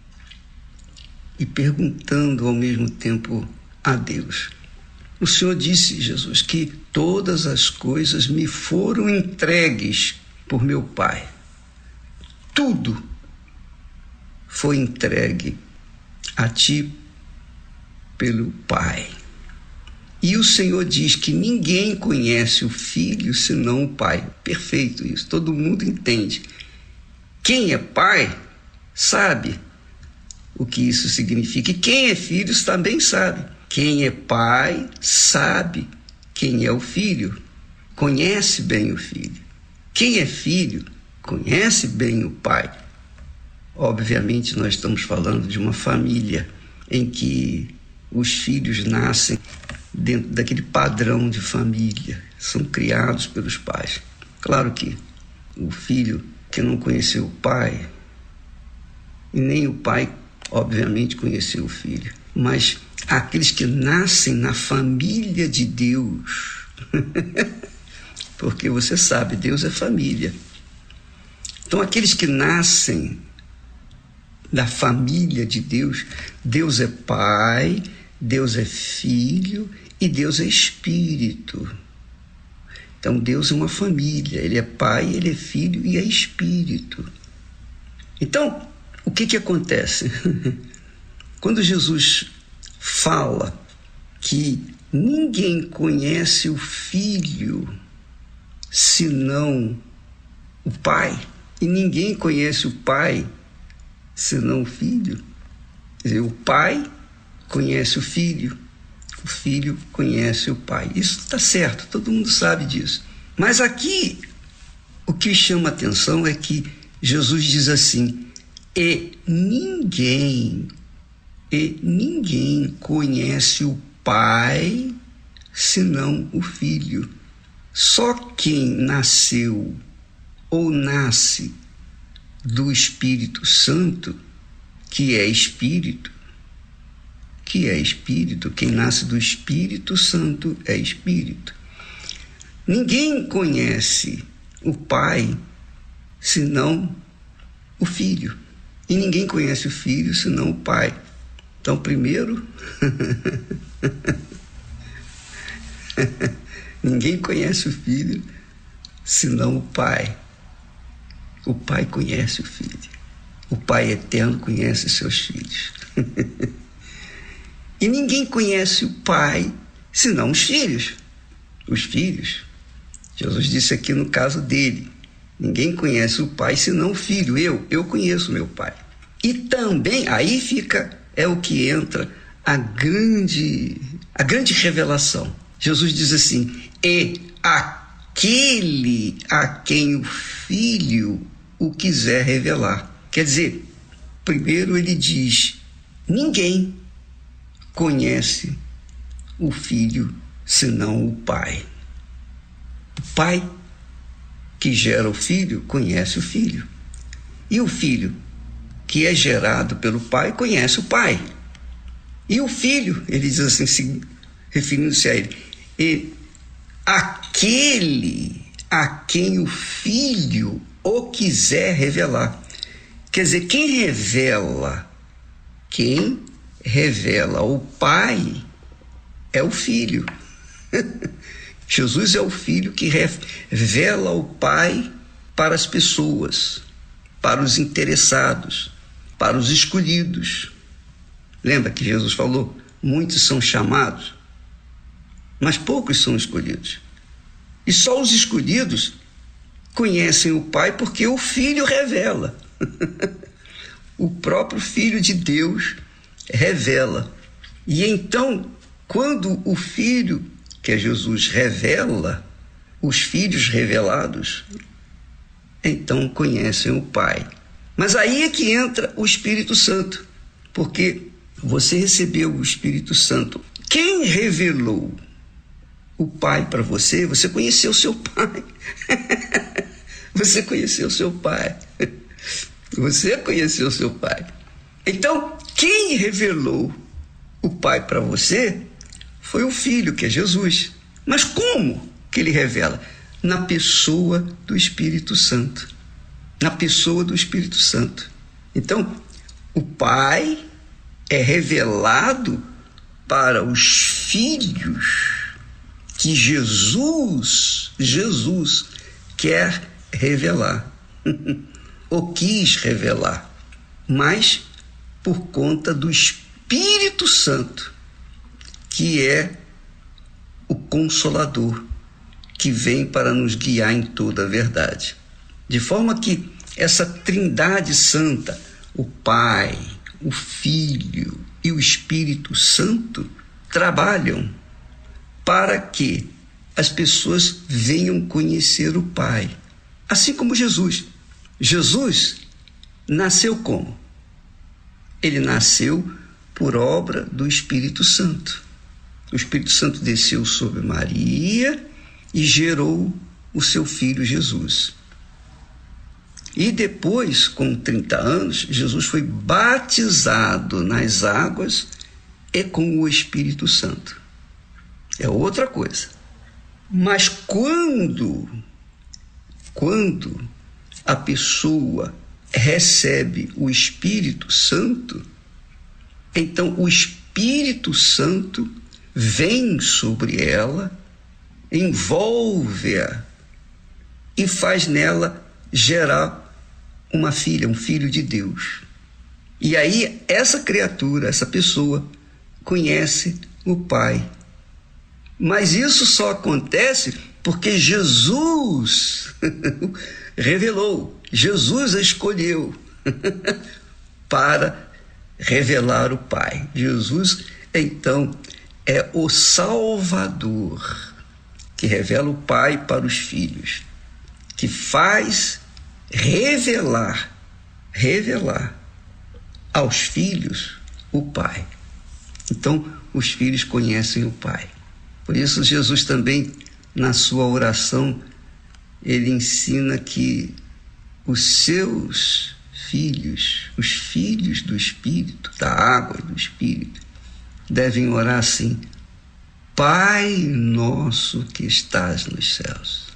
e perguntando ao mesmo tempo a Deus. O Senhor disse, Jesus, que todas as coisas me foram entregues por meu Pai. Tudo foi entregue a ti pelo Pai. E o Senhor diz que ninguém conhece o Filho senão o Pai. Perfeito isso, todo mundo entende. Quem é pai sabe o que isso significa. E quem é filho também sabe. Quem é pai sabe quem é o filho, conhece bem o filho. Quem é filho conhece bem o pai. Obviamente nós estamos falando de uma família em que os filhos nascem dentro daquele padrão de família, são criados pelos pais. Claro que o filho que não conheceu o pai, e nem o pai, obviamente, conheceu o filho, mas aqueles que nascem na família de Deus, porque você sabe, Deus é família. Então, aqueles que nascem da família de Deus, Deus é Pai, Deus é Filho e Deus é Espírito. Então, Deus é uma família, Ele é Pai, Ele é Filho e é Espírito. Então, o que acontece? Quando Jesus fala que ninguém conhece o Filho senão o Pai, e ninguém conhece o Pai senão o Filho. Quer dizer, o Pai conhece o Filho conhece o Pai. Isso está certo, todo mundo sabe disso. Mas aqui, o que chama atenção é que Jesus diz assim: e ninguém conhece o Pai senão o Filho. Só quem nasceu ou nasce do Espírito Santo, que é Espírito, quem nasce do Espírito Santo é Espírito. Ninguém conhece o Pai senão o Filho, e ninguém conhece o Filho senão o Pai. Então, primeiro, ninguém conhece o Filho senão o Pai. O Pai conhece o Filho. O Pai eterno conhece seus filhos. E ninguém conhece o Pai senão os filhos. Os filhos. Jesus disse aqui no caso dele: ninguém conhece o Pai senão o Filho. Eu conheço meu Pai. E também, aí é o que entra a grande revelação. Jesus diz assim: e aquele a quem o Filho o quiser revelar. Quer dizer, primeiro ele diz: ninguém conhece o Filho senão o Pai. O Pai que gera o Filho conhece o Filho. E o Filho que é gerado pelo Pai conhece o Pai. E o Filho, ele diz assim, referindo-se a ele: e aquele a quem o Filho o quiser revelar. Quer dizer, quem revela o Pai é o Filho. Jesus é o Filho que revela o Pai para as pessoas, para os interessados, para os escolhidos. Lembra que Jesus falou: muitos são chamados, mas poucos são escolhidos. E só os escolhidos conhecem o Pai porque o Filho revela. O próprio Filho de Deus revela. E então, quando o Filho, que é Jesus, revela, os filhos revelados, então conhecem o Pai. Mas aí é que entra o Espírito Santo, porque você recebeu o Espírito Santo. Quem revelou o Pai para você? Você conheceu seu Pai. Você conheceu seu Pai. Você conheceu seu Pai. Então, quem revelou o Pai para você foi o Filho, que é Jesus. Mas como que ele revela? Na pessoa do Espírito Santo. Na pessoa do Espírito Santo. Então, o Pai é revelado para os filhos que Jesus quer revelar. Ou quis revelar. Mas por conta do Espírito Santo, que é o Consolador, que vem para nos guiar em toda a verdade. De forma que essa Trindade Santa, o Pai, o Filho e o Espírito Santo, trabalham para que as pessoas venham conhecer o Pai. Assim como Jesus. Jesus nasceu como? Ele nasceu por obra do Espírito Santo. O Espírito Santo desceu sobre Maria e gerou o seu filho Jesus. E depois, com 30 anos, Jesus foi batizado nas águas e com o Espírito Santo. É outra coisa. Mas quando a pessoa recebe o Espírito Santo, então o Espírito Santo vem sobre ela, envolve-a e faz nela gerar uma filha, um filho de Deus. E aí essa criatura, essa pessoa, conhece o Pai. Mas isso só acontece porque Jesus revelou, Jesus a escolheu para revelar o Pai. Jesus, então, é o Salvador, que revela o Pai para os filhos, que faz revelar aos filhos o Pai. Então, os filhos conhecem o Pai. Por isso, Jesus também, na sua oração, ele ensina que os seus filhos, os filhos do Espírito, da água e do Espírito, devem orar assim: Pai nosso que estás nos céus.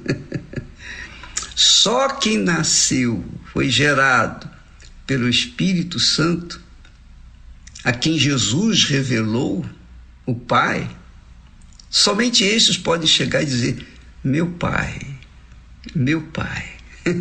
Só quem nasceu, foi gerado pelo Espírito Santo, a quem Jesus revelou o Pai, somente estes podem chegar e dizer: meu Pai, meu Pai.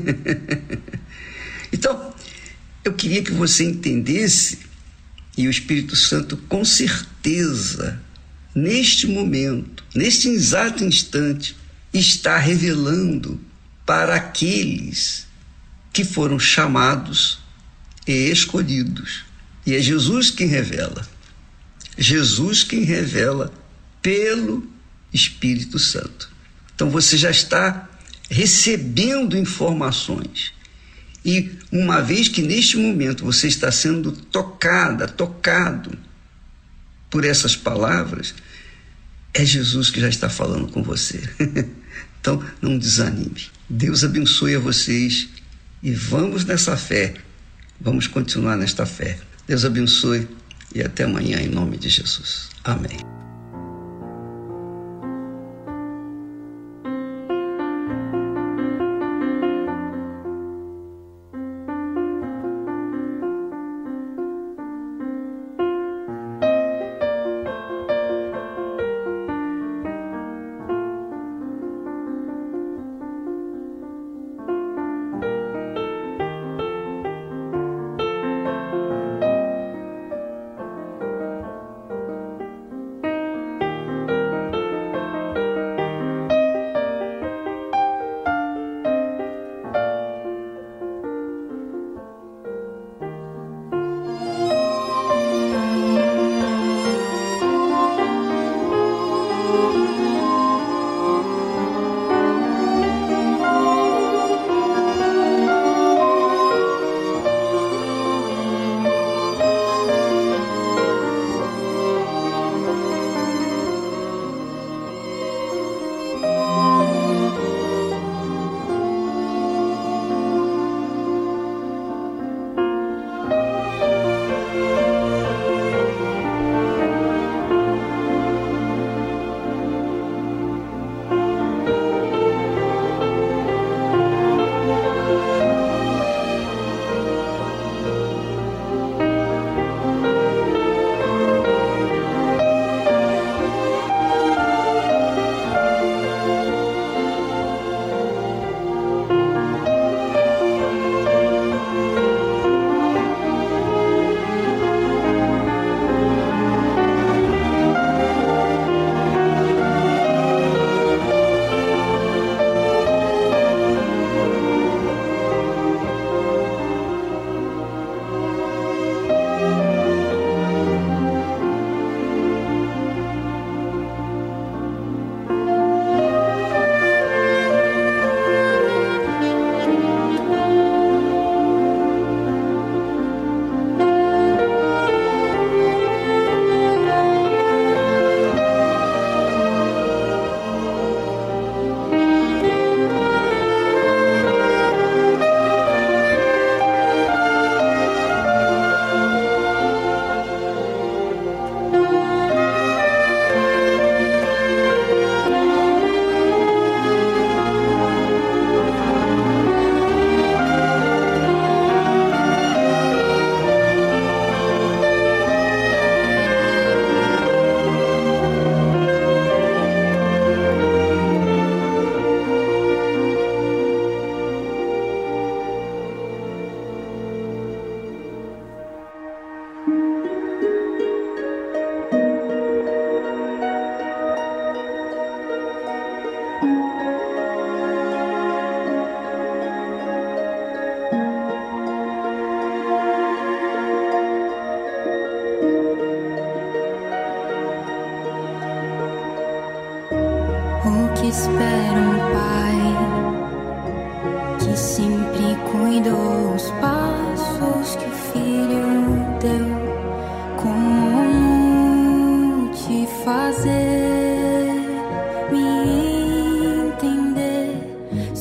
Então, eu queria que você entendesse, e o Espírito Santo com certeza, neste momento, neste exato instante, está revelando para aqueles que foram chamados e escolhidos. E é Jesus quem revela. Jesus quem revela pelo Espírito Santo. Então você já está recebendo informações. E uma vez que neste momento você está sendo tocado por essas palavras, é Jesus que já está falando com você. Então não desanime. Deus abençoe a vocês e vamos nessa fé. Vamos continuar nesta fé. Deus abençoe e até amanhã em nome de Jesus. Amém. espera um pai que sempre cuidou os passos que o filho deu. Como te fazer me entender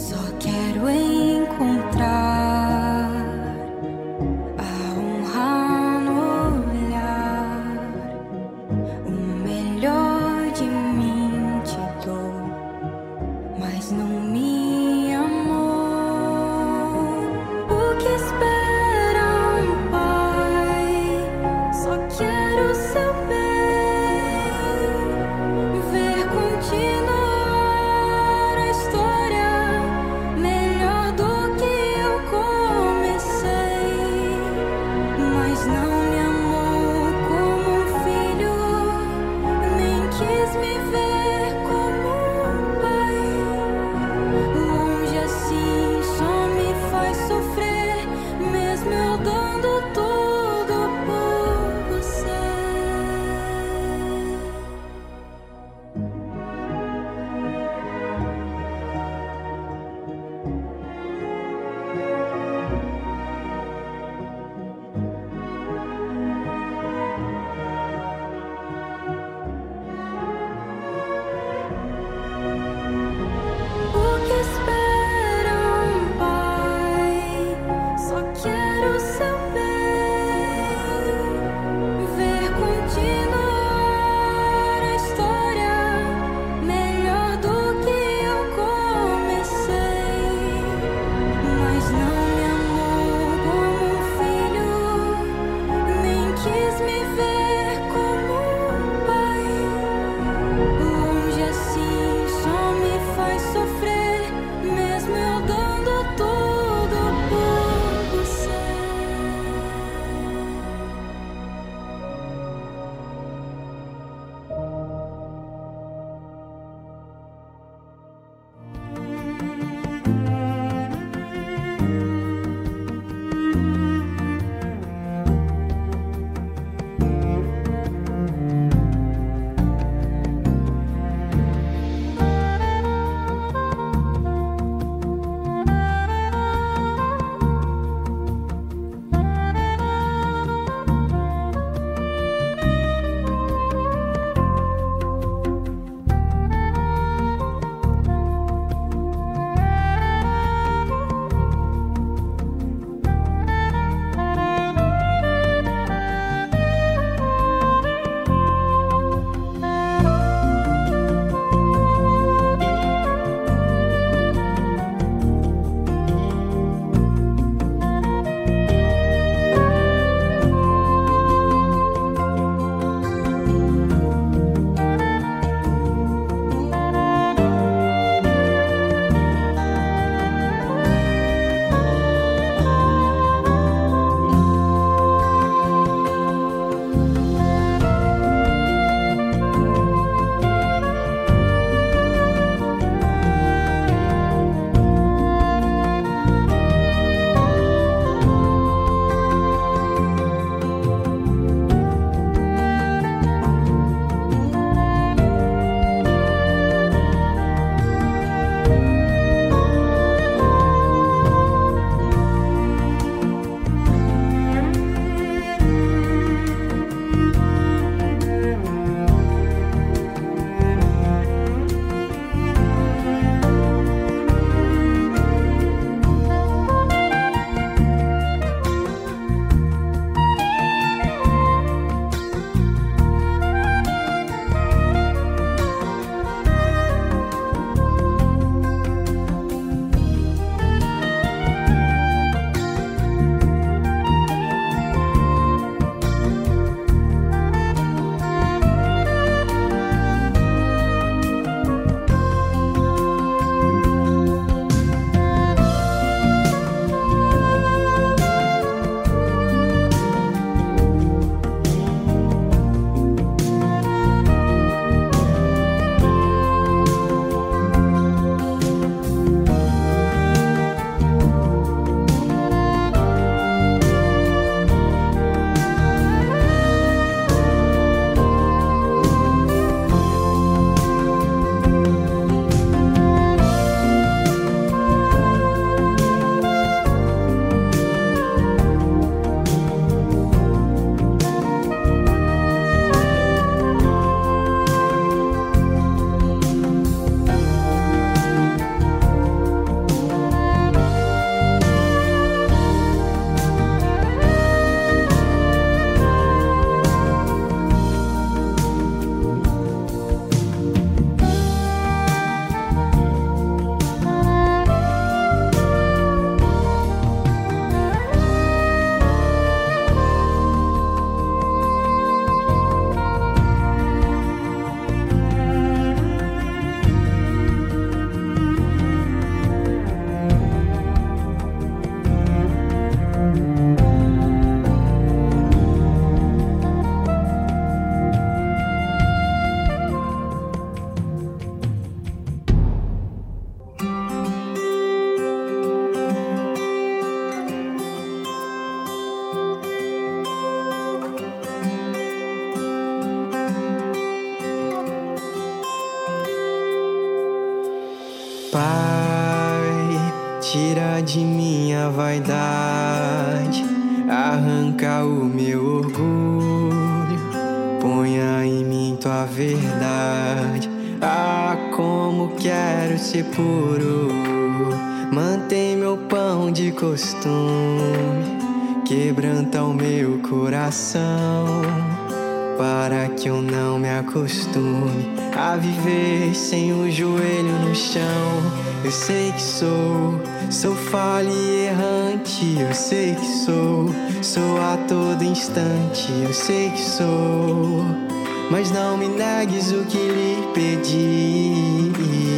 Pai, tira de mim a vaidade, arranca o meu orgulho, ponha em mim tua verdade. Ah, como quero ser puro, mantém meu pão de costume, quebranta o meu coração, para que eu não me acostume a viver sem o joelho no chão. Eu sei que sou falho e errante. Eu sei que sou a todo instante. Eu sei que sou, mas não me negues o que lhe pedi.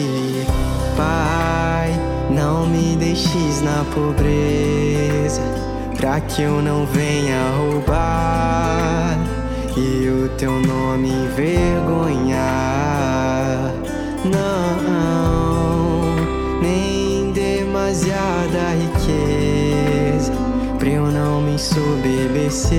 Pai, não me deixes na pobreza, pra que eu não venha roubar e o teu nome envergonhar. Não, nem demasiada riqueza, pra eu não me ensoberbecer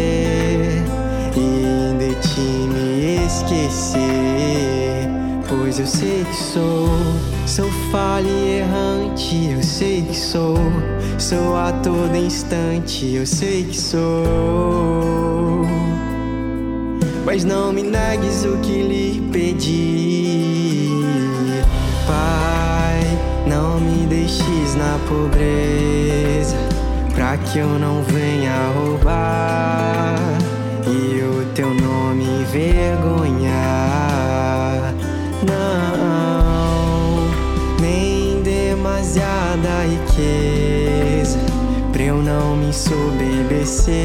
e de ti me esquecer. Pois eu sei que sou falho e errante. Eu sei que sou a todo instante. Eu sei que sou, mas não me negues o que lhe pedi. Pai, não me deixes na pobreza, pra que eu não venha roubar e o teu nome envergonhar. Não, nem demasiada riqueza, pra eu não me ensoberbecer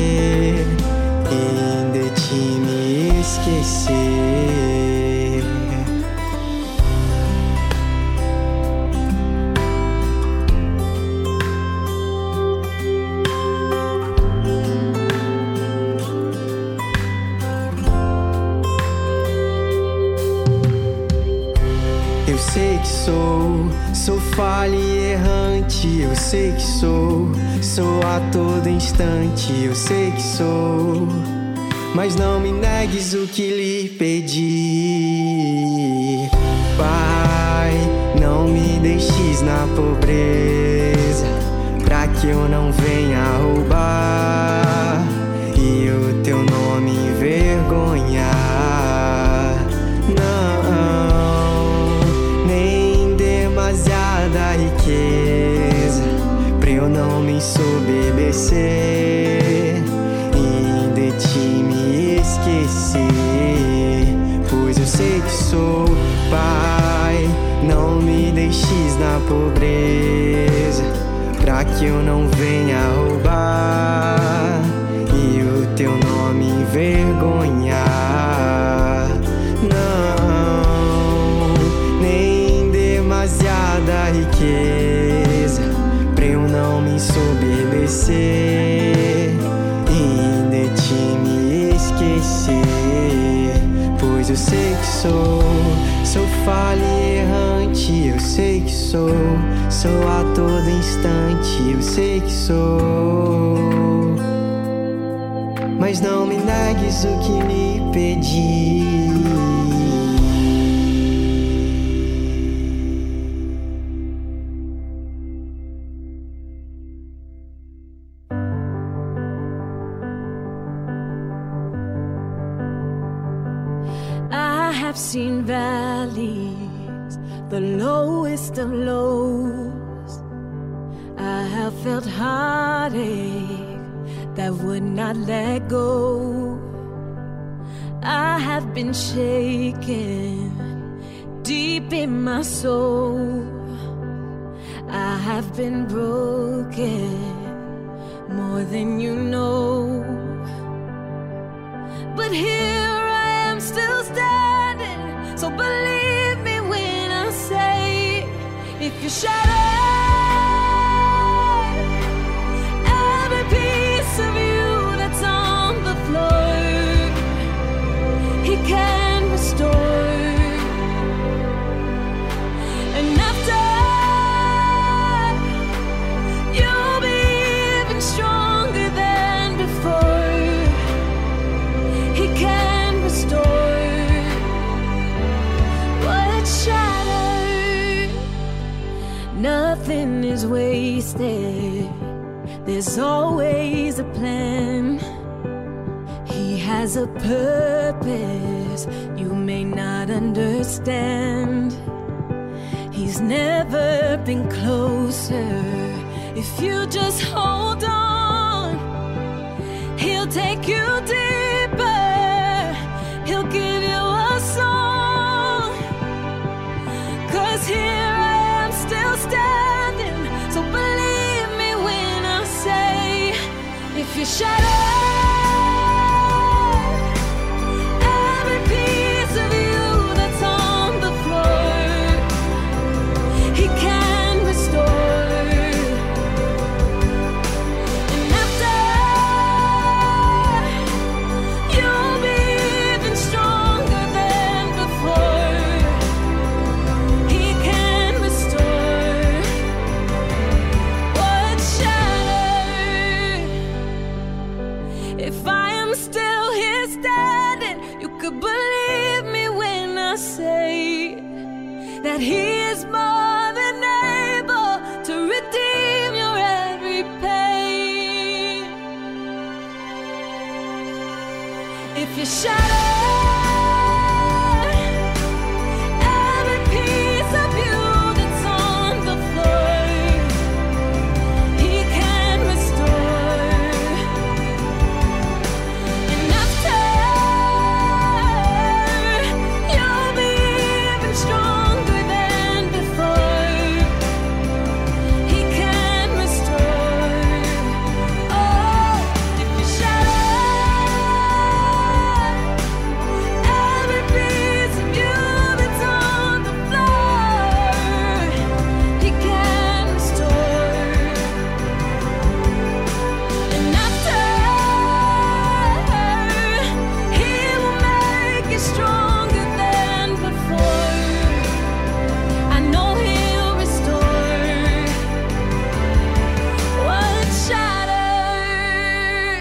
e de ti me esquecer. Eu sei que sou falho e errante. Eu sei que sou a todo instante. Eu sei que sou, mas não me negues o que lhe pedi. Pai, não me deixes na pobreza, pra que eu não venha roubar e o teu nome envergonhar. Não, nem demasiada riqueza, pra eu não me ensoberbecer e de ti me esquecer. Pois eu sei que sou, Pai, não me deixes na pobreza, pra que eu não venha roubar e o teu nome envergonhar. Não, nem demasiada riqueza, pra eu não me ensoberbecer e de ti me esquecer. Pois eu sei que sou falho e errante. Eu sei que sou a todo instante. Eu sei que sou, mas não me negues o que lhe pedi. I've seen valleys, the lowest of lows. I have felt heartache that would not let go. I have been shaken deep in my soul. I have been broken more than you know. But here I am still standing, so believe me when I say, if you shatter every piece of you that's on the floor, He can restore. And after, you'll be even stronger than before. He can restore what shattered. nothing is wasted. There's always a plan. He has a purpose you may not understand. He's never been closer. If you just hold on, he'll take you deeper. He'll give you a song. 'Cause here I am still standing. So believe me when I say, if you shatter every piece of you that's on the floor, he can restore. And after, you'll be even stronger than before. He can restore what's shattered. If I am still here standing, you could believe me when I say that he is more than able to redeem your every pain. If you shatter every piece of you that's on the floor, he can restore. And after, you'll be even stronger than before. He can restore. Oh, if you shatter every piece of you that's on the floor, he can restore. And after, he will make you stronger than before. I know he'll restore what's shattered.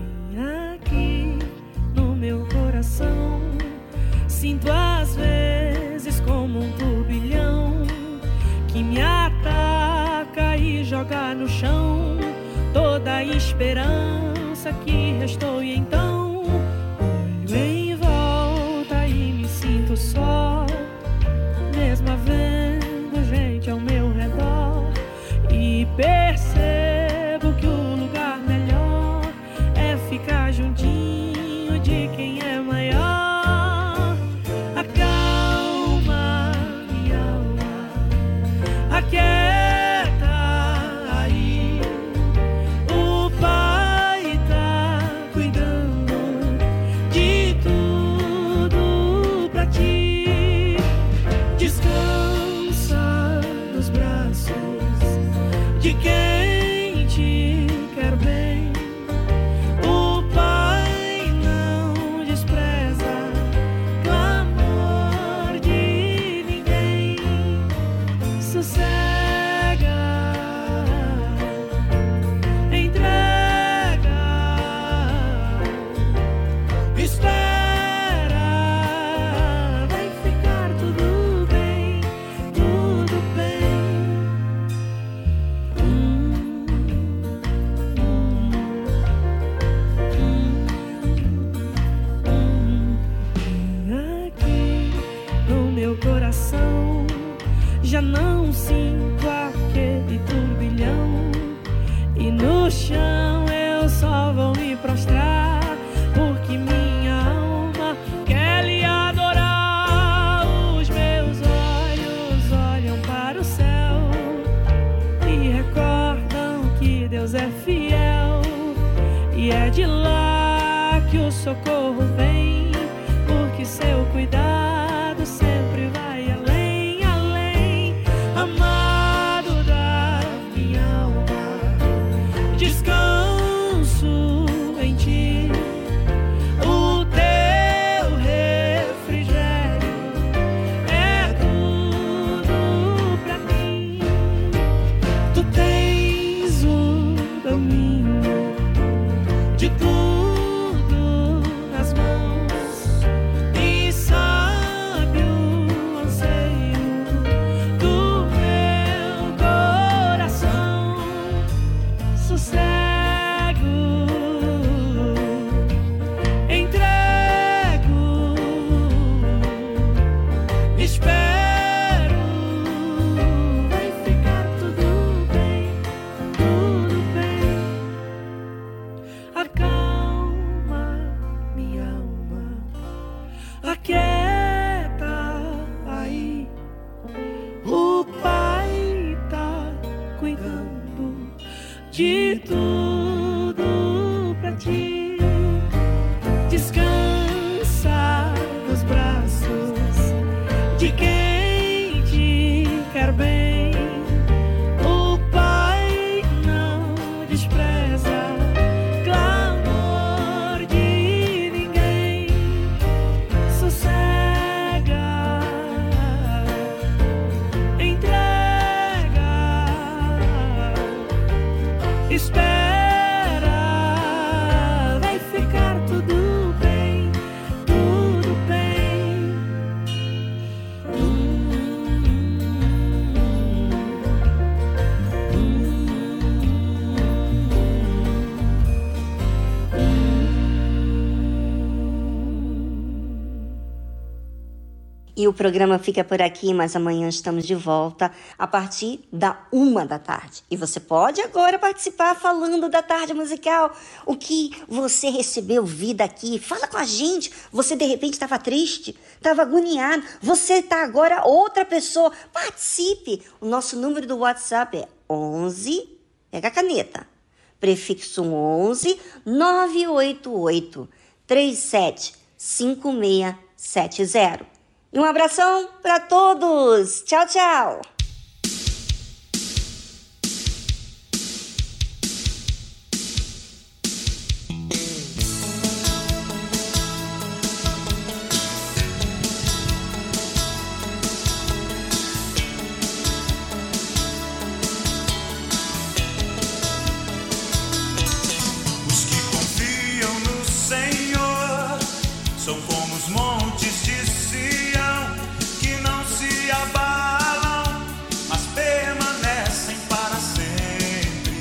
Sinto às vezes de quem é maior. Acalma minha alma, aquieta aí. O Pai tá cuidando de tudo pra ti. Descansa nos braços de quem te quer bem. O Pai não despreza clamor de ninguém. Sossega, entrega, espera, vai ficar tudo bem, tudo bem. Aqui no meu coração já não sinto aquele turbilhão, e no chão eu só vou me prostrar, porque minha alma quer lhe adorar. Os meus olhos olham para o céu e recordam que Deus é fiel, e é de lá que o socorro vem, porque seu cuidado sempre vai além, além. Amado da minha alma, descanso em ti. O teu refrigério é tudo pra mim. Tu tens o domínio de tudo nas mãos, e sabe o anseio do meu coração. Sossego, entrego, espero, vai ficar tudo bem, tudo bem. Acalma minha alma, aquieta aí. O Pai tá cuidando de tudo pra ti. Descansa nos braços de quem te quer bem. O Pai não despreza clamor de ninguém. Sossega, entrega, espera, vai ficar tudo bem, tudo bem. E o programa fica por aqui, mas amanhã estamos de volta a partir da 1h. E você pode agora participar falando da Tarde Musical. O que você recebeu vida aqui? Fala com a gente. Você de repente estava triste, estava agoniado. Você está agora outra pessoa. Participe. O nosso número do WhatsApp é 11, pega a caneta, prefixo 11 988 37 5670. E um abração para todos. Tchau, tchau. Os que confiam no Senhor são como os montes de Sião, que não se abalam, mas permanecem para sempre.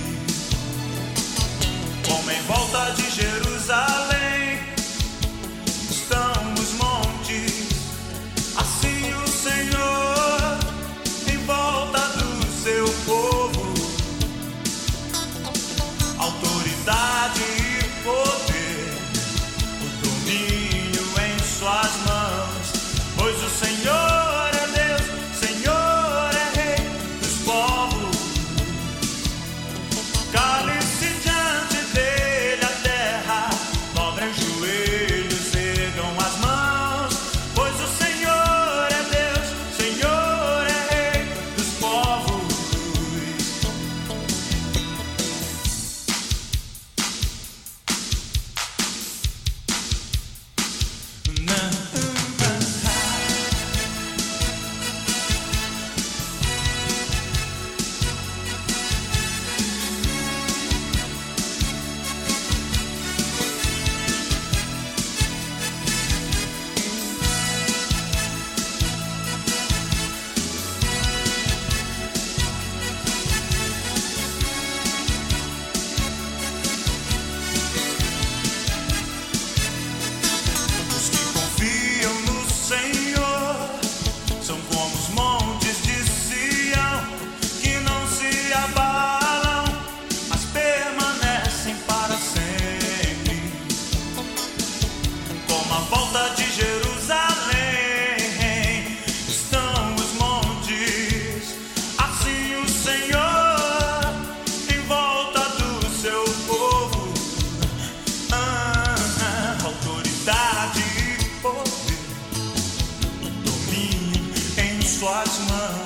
Como em volta de Jerusalém estão os montes, assim o Senhor em volta do seu povo. Autoridade e poder, o domínio suas mãos, pois o Senhor é Deus, Senhor é Rei dos povos. Cale-se diante dele a terra, dobrem os joelhos, ergam as mãos, pois o Senhor é Deus, Senhor é Rei dos povos. Os que confiam no Senhor são como os montes de Sião, que não se abalam, mas permanecem para sempre. Como a volta de Jerusalém estão os montes, assim o Senhor em volta do seu povo. Autoridade e poder, domínio em suas mãos.